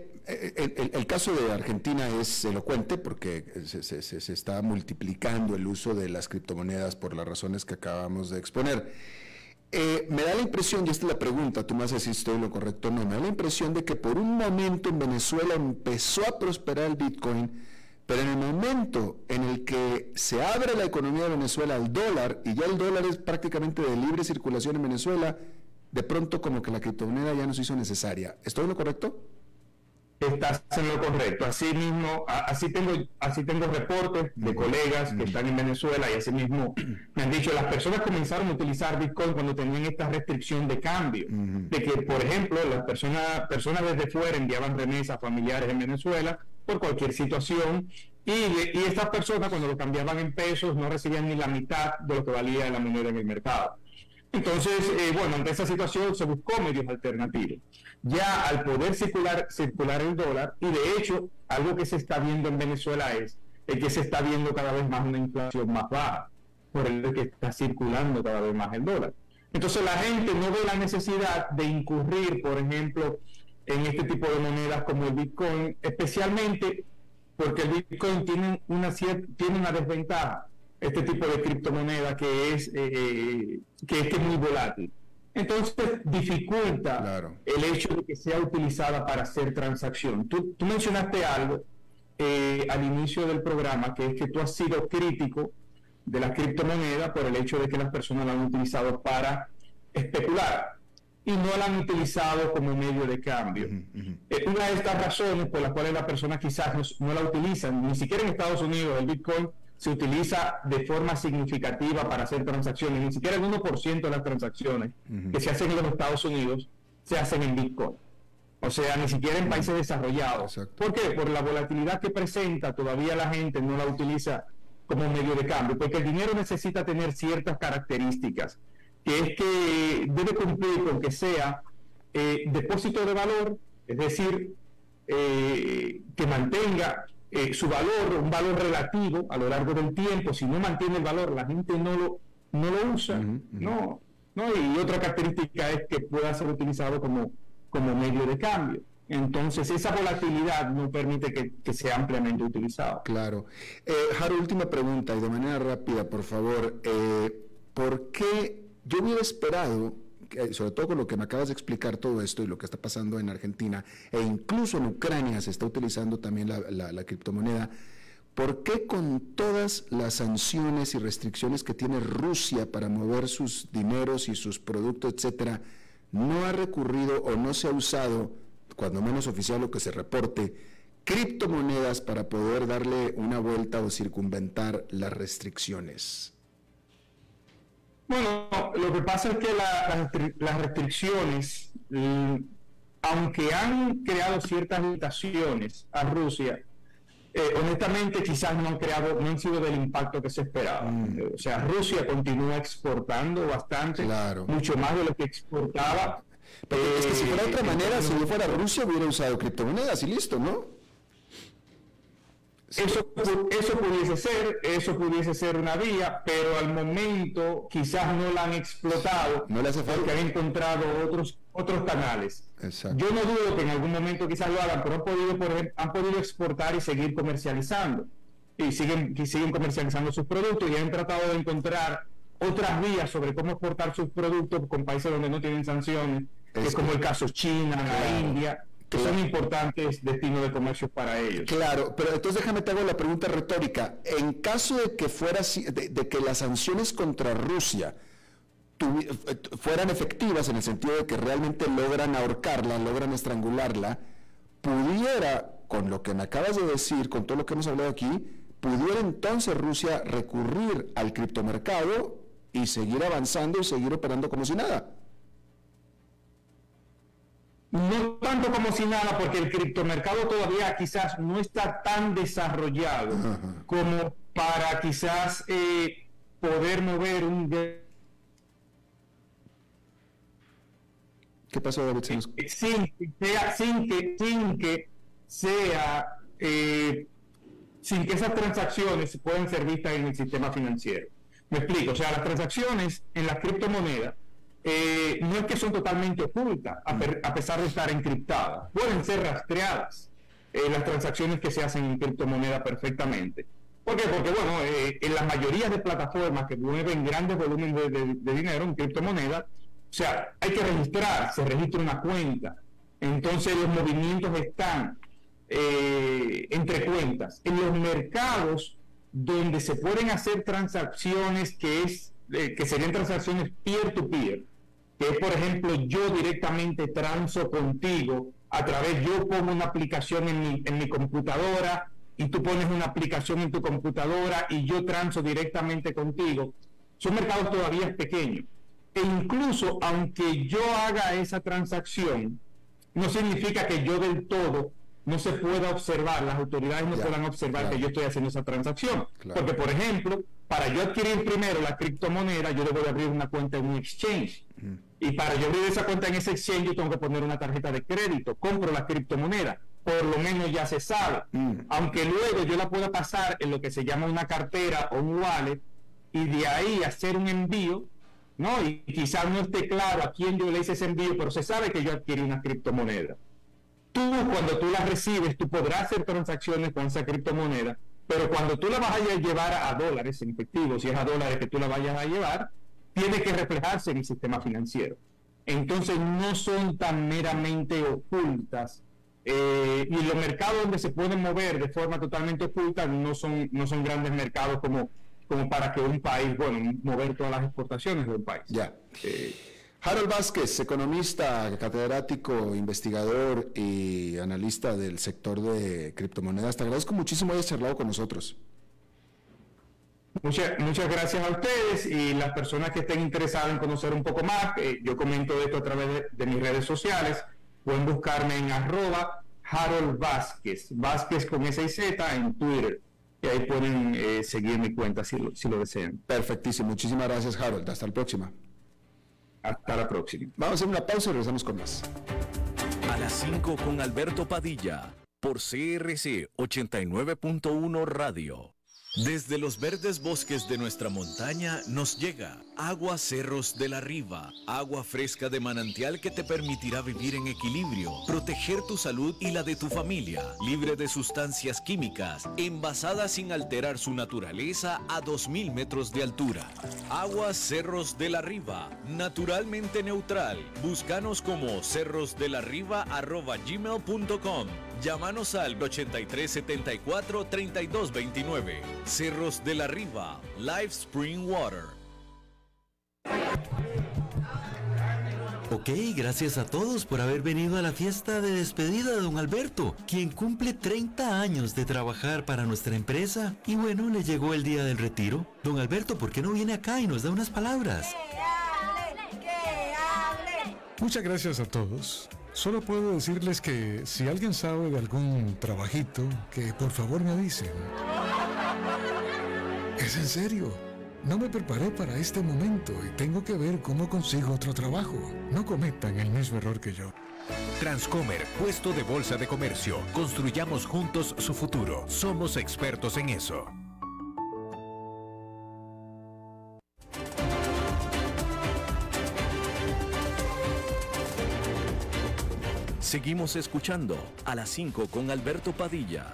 el caso de Argentina es elocuente porque se está multiplicando el uso de las criptomonedas por las razones que acabamos de exponer. Me da la impresión, y esta es la pregunta, tú me vas a decir si estoy en lo correcto o no, me da la impresión de que por un momento en Venezuela empezó a prosperar el Bitcoin, pero en el momento en el que se abre la economía de Venezuela al dólar, y ya el dólar es prácticamente de libre circulación en Venezuela, de pronto como que la criptomoneda ya no se hizo necesaria. ¿Estoy en lo correcto? Estás en lo correcto. Así mismo, así tengo reportes de colegas que están en Venezuela, y así mismo me han dicho, las personas comenzaron a utilizar Bitcoin cuando tenían esta restricción de cambio, de que, por ejemplo, las personas desde fuera enviaban remesas a familiares en Venezuela por cualquier situación, y estas personas, cuando lo cambiaban en pesos, no recibían ni la mitad de lo que valía la moneda en el mercado. Entonces, bueno, ante esa situación se buscó medios alternativos. Ya al poder circular el dólar, y de hecho, algo que se está viendo en Venezuela es que se está viendo cada vez más una inflación más baja, por el que está circulando cada vez más el dólar. Entonces la gente no ve la necesidad de incurrir, por ejemplo, en este tipo de monedas como el Bitcoin, especialmente porque el Bitcoin tiene una desventaja, este tipo de criptomoneda que es muy volátil. Entonces dificulta el hecho de que sea utilizada para hacer transacción. Tú mencionaste algo al inicio del programa, que es que tú has sido crítico de la criptomoneda por el hecho de que las personas la han utilizado para especular y no la han utilizado como medio de cambio. Una de estas razones por las cuales las personas quizás no la utilizan, ni siquiera en Estados Unidos el Bitcoin se utiliza de forma significativa para hacer transacciones, ni siquiera el 1% de las transacciones que se hacen en los Estados Unidos se hacen en Bitcoin. O sea, ni siquiera en países desarrollados. ¿Por qué? Por la volatilidad que presenta, todavía la gente no la utiliza como medio de cambio, porque el dinero necesita tener ciertas características, que es que debe cumplir con que sea depósito de valor, es decir, que mantenga su valor, un valor relativo a lo largo del tiempo. Si no mantiene el valor, la gente no lo usa. No, ¿no? Y otra característica es que pueda ser utilizado como medio de cambio. Entonces, esa volatilidad no permite que sea ampliamente utilizado. Claro. Harold, última pregunta y de manera rápida, por favor. ¿Por qué yo hubiera esperado, sobre todo con lo que me acabas de explicar todo esto y lo que está pasando en Argentina, e incluso en Ucrania se está utilizando también la criptomoneda, ¿por qué con todas las sanciones y restricciones que tiene Rusia para mover sus dineros y sus productos, etcétera, no ha recurrido o no se ha usado, cuando menos oficial o que se reporte, criptomonedas para poder darle una vuelta o circunventar las restricciones? Bueno, lo que pasa es que las restricciones, aunque han creado ciertas limitaciones a Rusia, honestamente quizás no han sido del impacto que se esperaba. O sea, Rusia continúa exportando bastante, claro, mucho más de lo que exportaba. Pero es que si fuera de otra manera, si yo fuera Rusia hubiera usado criptomonedas y listo, ¿no? Eso pudiese ser una vía, pero al momento quizás no la han explotado, no le hace falta, porque han encontrado otros canales. Exacto. Yo no dudo que en algún momento quizás lo hagan, pero han podido exportar y seguir comercializando, y siguen comercializando sus productos, y han tratado de encontrar otras vías sobre cómo exportar sus productos con países donde no tienen sanciones, que es como el caso China, la India, que son importantes destinos de comercio para ellos. Claro, pero entonces déjame te hago la pregunta retórica. En caso de que de que las sanciones contra Rusia fueran efectivas, en el sentido de que realmente logran ahorcarla, logran estrangularla, pudiera, con lo que me acabas de decir, con todo lo que hemos hablado aquí, pudiera entonces Rusia recurrir al criptomercado y seguir avanzando y seguir operando como si nada. No tanto como si nada, porque el criptomercado todavía quizás no está tan desarrollado como para quizás poder mover un... ¿Qué pasó, David? Sin que esas transacciones puedan ser vistas en el sistema financiero. Me explico, o sea, las transacciones en las criptomonedas no es que son totalmente ocultas, a pesar de estar encriptadas. Pueden ser rastreadas las transacciones que se hacen en criptomonedas perfectamente. ¿Por qué? Porque, bueno, en la mayoría de plataformas que mueven grandes volúmenes de dinero en criptomonedas, o sea, hay que registrar, se registra una cuenta. Entonces los movimientos están entre cuentas. En los mercados donde se pueden hacer transacciones que serían transacciones peer-to-peer, que es, por ejemplo, yo directamente transo contigo yo pongo una aplicación en mi computadora y tú pones una aplicación en tu computadora y yo transo directamente contigo. Son mercados todavía pequeños. E incluso aunque yo haga esa transacción, no significa que yo del todo no se pueda observar, las autoridades no puedan observar que yo estoy haciendo esa transacción. Porque, por ejemplo, para yo adquirir primero la criptomoneda, yo debo de abrir una cuenta en un exchange. Y para yo abrir esa cuenta en ese exchange, yo tengo que poner una tarjeta de crédito. Compro la criptomoneda. Por lo menos ya se sabe. Aunque luego yo la pueda pasar en lo que se llama una cartera o un wallet, y de ahí hacer un envío, ¿no? Y quizás no esté claro a quién yo le hice ese envío, pero se sabe que yo adquirí una criptomoneda. Cuando tú la recibes, tú podrás hacer transacciones con esa criptomoneda, pero cuando tú la vayas a llevar a dólares en efectivo, si es a dólares que tú la vayas a llevar, tiene que reflejarse en el sistema financiero. Entonces no son tan meramente ocultas, y los mercados donde se pueden mover de forma totalmente oculta no son grandes mercados como para que un país, mover todas las exportaciones de un país. Ya. Harold Vázquez, economista, catedrático, investigador y analista del sector de criptomonedas. Te agradezco muchísimo hayas charlado con nosotros. Muchas gracias a ustedes y las personas que estén interesadas en conocer un poco más. Yo comento esto a través de mis redes sociales. Pueden buscarme en @Harold Vázquez, Vázquez con S y Z en Twitter. Y ahí pueden seguir mi cuenta si lo desean. Perfectísimo. Muchísimas gracias, Harold. Hasta la próxima. Hasta la próxima. Vamos a hacer una pausa y regresamos con más. A las 5 con Alberto Padilla, por CRC 89.1 Radio. Desde los verdes bosques de nuestra montaña nos llega agua Cerros de la Riva, agua fresca de manantial que te permitirá vivir en equilibrio, proteger tu salud y la de tu familia, libre de sustancias químicas, envasada sin alterar su naturaleza a 2000 metros de altura. Agua Cerros de la Riva, naturalmente neutral. Búscanos como cerrosdelarriba@gmail.com. Llámanos al 8374-3229. Cerros de la Riva, Live Spring Water. Ok, gracias a todos por haber venido a la fiesta de despedida de don Alberto, quien cumple 30 años de trabajar para nuestra empresa. Y bueno, le llegó el día del retiro. Don Alberto, ¿por qué no viene acá y nos da unas palabras? ¡Que hable! Muchas gracias a todos. Solo puedo decirles que si alguien sabe de algún trabajito, que por favor me avisen. Es en serio. No me preparé para este momento y tengo que ver cómo consigo otro trabajo. No cometan el mismo error que yo. Transcomer, puesto de bolsa de comercio. Construyamos juntos su futuro. Somos expertos en eso. Seguimos escuchando a las 5 con Alberto Padilla.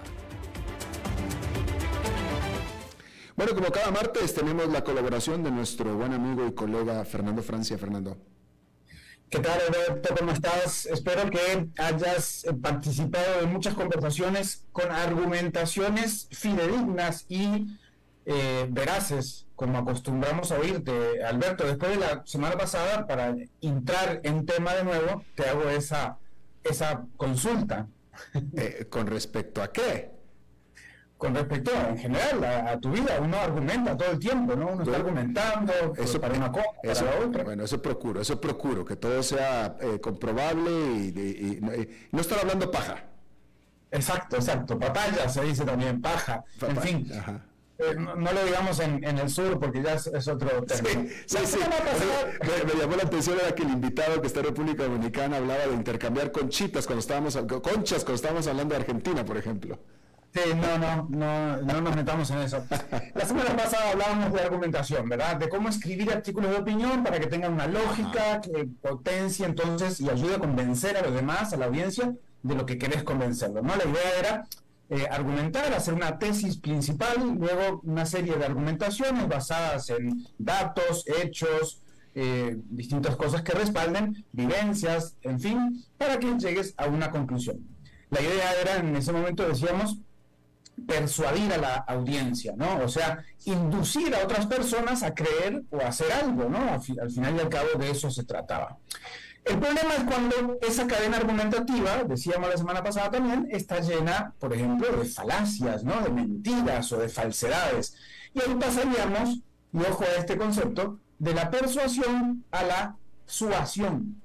Bueno, como cada martes tenemos la colaboración de nuestro buen amigo y colega Fernando Francia. Fernando. ¿Qué tal, Alberto? ¿Cómo estás? Espero que hayas participado en muchas conversaciones con argumentaciones fidedignas y veraces, como acostumbramos a oírte, Alberto. Después de la semana pasada, para entrar en tema de nuevo, te hago esa consulta. ¿Con respecto a qué? Con respecto, en general, a tu vida. Uno argumenta todo el tiempo, ¿no? Uno está argumentando eso, para una cosa, para la otra. Bueno, eso procuro, que todo sea comprobable y no estar hablando paja. Exacto, papaya se dice también, paja, en fin. Ajá. No lo digamos en el sur porque ya es otro término. Sí. Me llamó la atención era que el invitado que está en República Dominicana hablaba de intercambiar conchas cuando estábamos hablando de Argentina, por ejemplo. Sí, no nos metamos en eso. La semana pasada hablábamos de argumentación, ¿verdad? De cómo escribir artículos de opinión para que tengan una lógica, que potencie entonces y ayude a convencer a los demás, a la audiencia, de lo que querés convencerlo, ¿no? La idea era argumentar, hacer una tesis principal, luego una serie de argumentaciones basadas en datos, hechos, distintas cosas que respalden, vivencias, en fin, para que llegues a una conclusión. La idea era, en ese momento decíamos, persuadir a la audiencia, ¿no? O sea, inducir a otras personas a creer o a hacer algo, ¿no? Al final y al cabo de eso se trataba. El problema es cuando esa cadena argumentativa, decíamos la semana pasada también, está llena, por ejemplo, de falacias, ¿no? De mentiras o de falsedades. Y ahí pasaríamos, y ojo a este concepto, de la persuasión a la suasión.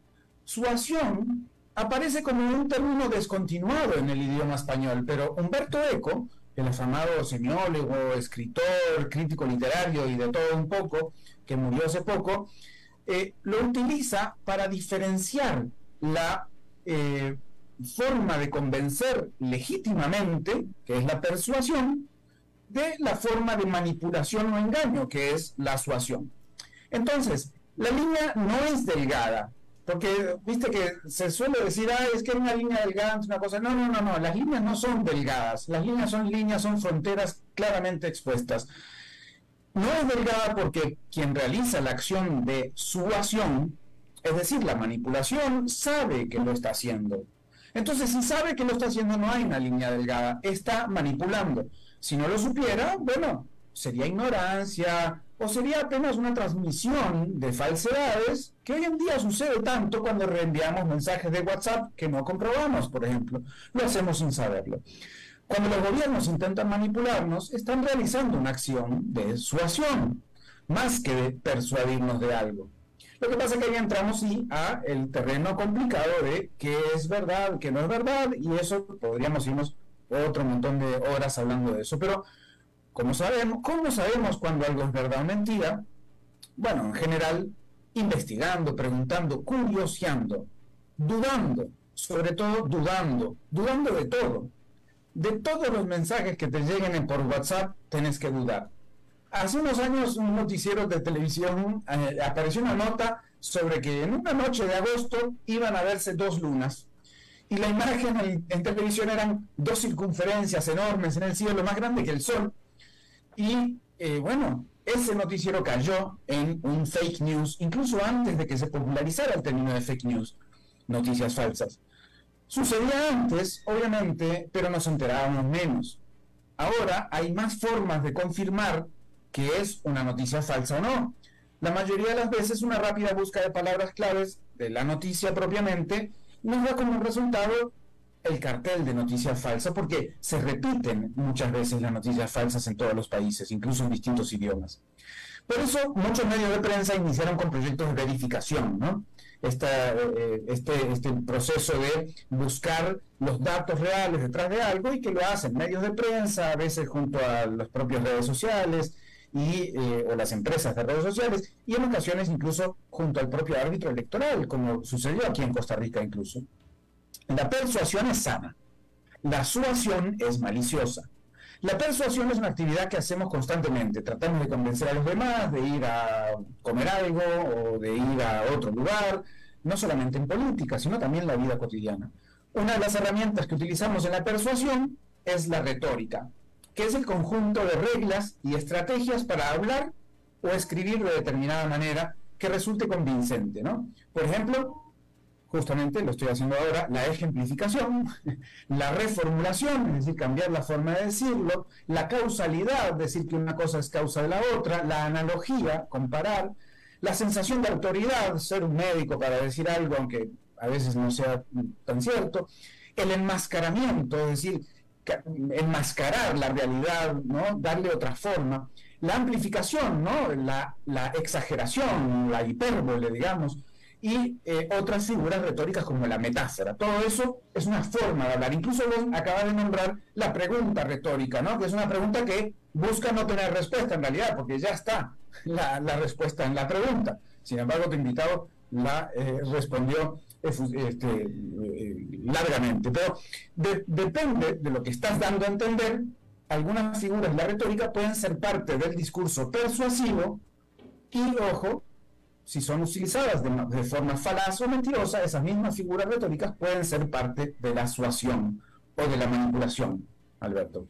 Suasión aparece como un término descontinuado en el idioma español, pero Humberto Eco, el afamado semiólogo, escritor, crítico literario y de todo un poco, que murió hace poco, lo utiliza para diferenciar la forma de convencer legítimamente, que es la persuasión, de la forma de manipulación o engaño, que es la suasión. Entonces, la línea no es delgada, porque viste que se suele decir, es que una línea delgada es una cosa. No, las líneas no son delgadas, las líneas, son fronteras claramente expuestas. No es delgada porque quien realiza la acción de suasión, es decir, la manipulación, sabe que lo está haciendo. Entonces, si sabe que lo está haciendo, no hay una línea delgada, está manipulando. Si no lo supiera, bueno, sería ignorancia o sería apenas una transmisión de falsedades, que hoy en día sucede tanto cuando reenviamos mensajes de WhatsApp que no comprobamos, por ejemplo. Lo hacemos sin saberlo. Cuando los gobiernos intentan manipularnos, están realizando una acción de suasión, más que de persuadirnos de algo. Lo que pasa es que ahí entramos a el terreno complicado de qué es verdad, qué no es verdad, y eso podríamos irnos otro montón de horas hablando de eso. Pero, ¿cómo sabemos cuando algo es verdad o mentira? Bueno, en general, investigando, preguntando, curioseando, dudando, sobre todo dudando de todo. de todos los mensajes que te lleguen por WhatsApp, tenés que dudar. Hace unos años, un noticiero de televisión apareció una nota sobre que en una noche de agosto iban a verse 2 lunas. Y la imagen en televisión eran 2 circunferencias enormes en el cielo, más grande que el sol. Y bueno, ese noticiero cayó en un fake news, incluso antes de que se popularizara el término de fake news, noticias falsas. Sucedía antes, obviamente, pero nos enterábamos menos. Ahora hay más formas de confirmar que es una noticia falsa o no. La mayoría de las veces una rápida búsqueda de palabras claves de la noticia propiamente nos da como resultado el cartel de noticia falsa, porque se repiten muchas veces las noticias falsas en todos los países, incluso en distintos idiomas. Por eso muchos medios de prensa iniciaron con proyectos de verificación, ¿no? Este proceso de buscar los datos reales detrás de algo, y que lo hacen medios de prensa, a veces junto a las propias redes sociales o las empresas de redes sociales, y en ocasiones incluso junto al propio árbitro electoral, como sucedió aquí en Costa Rica incluso. La persuasión es sana, la suasión es maliciosa. La persuasión es una actividad que hacemos constantemente, tratamos de convencer a los demás de ir a comer algo o de ir a otro lugar, no solamente en política, sino también en la vida cotidiana. Una de las herramientas que utilizamos en la persuasión es la retórica, que es el conjunto de reglas y estrategias para hablar o escribir de determinada manera que resulte convincente, ¿no? Por ejemplo, justamente lo estoy haciendo ahora, la ejemplificación, la reformulación, es decir, cambiar la forma de decirlo, la causalidad, decir que una cosa es causa de la otra, la analogía, comparar, la sensación de autoridad, ser un médico para decir algo, aunque a veces no sea tan cierto, el enmascaramiento, es decir, enmascarar la realidad, ¿no? Darle otra forma, la amplificación, ¿no? La exageración, la hipérbole, digamos, y otras figuras retóricas como la metáfora. Todo eso es una forma de hablar. Incluso vos acabas de nombrar la pregunta retórica, ¿no? Que es una pregunta que busca no tener respuesta en realidad, porque ya está la respuesta en la pregunta. Sin embargo, tu invitado la respondió largamente. Pero depende de lo que estás dando a entender. Algunas figuras de la retórica pueden ser parte del discurso persuasivo y, ojo, si son utilizadas de forma falaz o mentirosa, esas mismas figuras retóricas pueden ser parte de la suasión o de la manipulación, Alberto.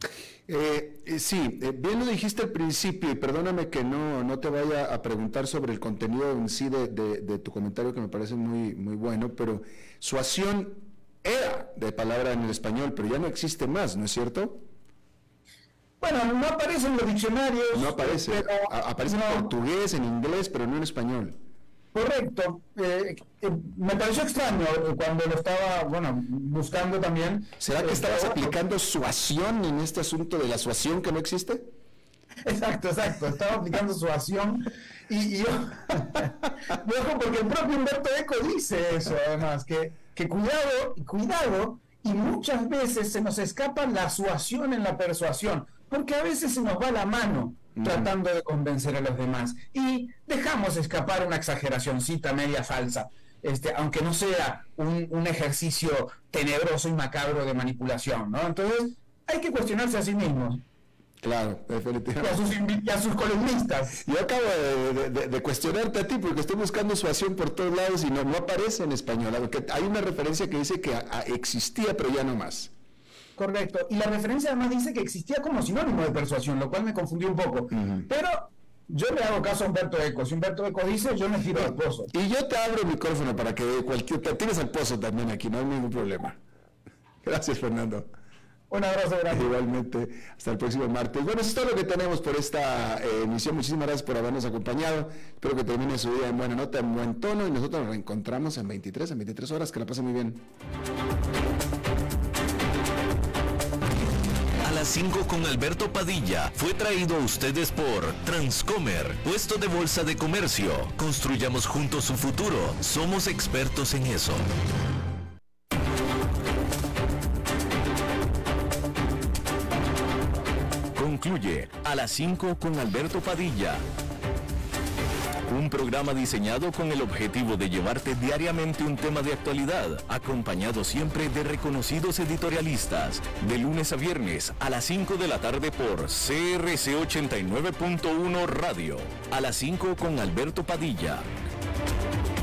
Sí, bien lo dijiste al principio, y perdóname que no te vaya a preguntar sobre el contenido en sí de tu comentario, que me parece muy, muy bueno, pero suasión era de palabra en el español, pero ya no existe más, ¿no es cierto? Bueno, no aparece en los diccionarios. No aparece, aparece en portugués, en inglés, pero no en español. Correcto. Me pareció extraño cuando lo estaba, buscando también. ¿Será que estabas aplicando suasión en este asunto de la suasión que no existe? Exacto. Estaba aplicando suasión y yo... Ojo, porque el propio Humberto Eco dice eso, además, que cuidado, y muchas veces se nos escapa la suasión en la persuasión, porque a veces se nos va la mano tratando de convencer a los demás y dejamos escapar una exageracioncita media falsa, aunque no sea un ejercicio tenebroso y macabro de manipulación, ¿no? Entonces hay que cuestionarse a sí mismos. Claro, definitivamente. Y a sus columnistas. Yo acabo de cuestionarte a ti porque estoy buscando suasión por todos lados y no aparece en español, aunque hay una referencia que dice que existía pero ya no más. Correcto, y la referencia además dice que existía como sinónimo de persuasión, lo cual me confundió un poco. Pero yo le hago caso a Humberto Eco. Si Humberto Eco dice, yo me tiro al pozo. Y yo te abro el micrófono para que te tires al pozo también aquí, no hay ningún problema. Gracias, Fernando. Un abrazo grande. Igualmente, hasta el próximo martes. Bueno, eso es todo lo que tenemos por esta emisión. Muchísimas gracias por habernos acompañado. Espero que termine su día en buena nota, en buen tono, y nosotros nos reencontramos en 23 horas. Que la pasen muy bien. A las 5 con Alberto Padilla fue traído a ustedes por Transcomer, puesto de bolsa de comercio. Construyamos juntos su futuro. Somos expertos en eso. Concluye A las 5 con Alberto Padilla. Un programa diseñado con el objetivo de llevarte diariamente un tema de actualidad, acompañado siempre de reconocidos editorialistas, de lunes a viernes a las 5 de la tarde por CRC 89.1 Radio, a las 5 con Alberto Padilla.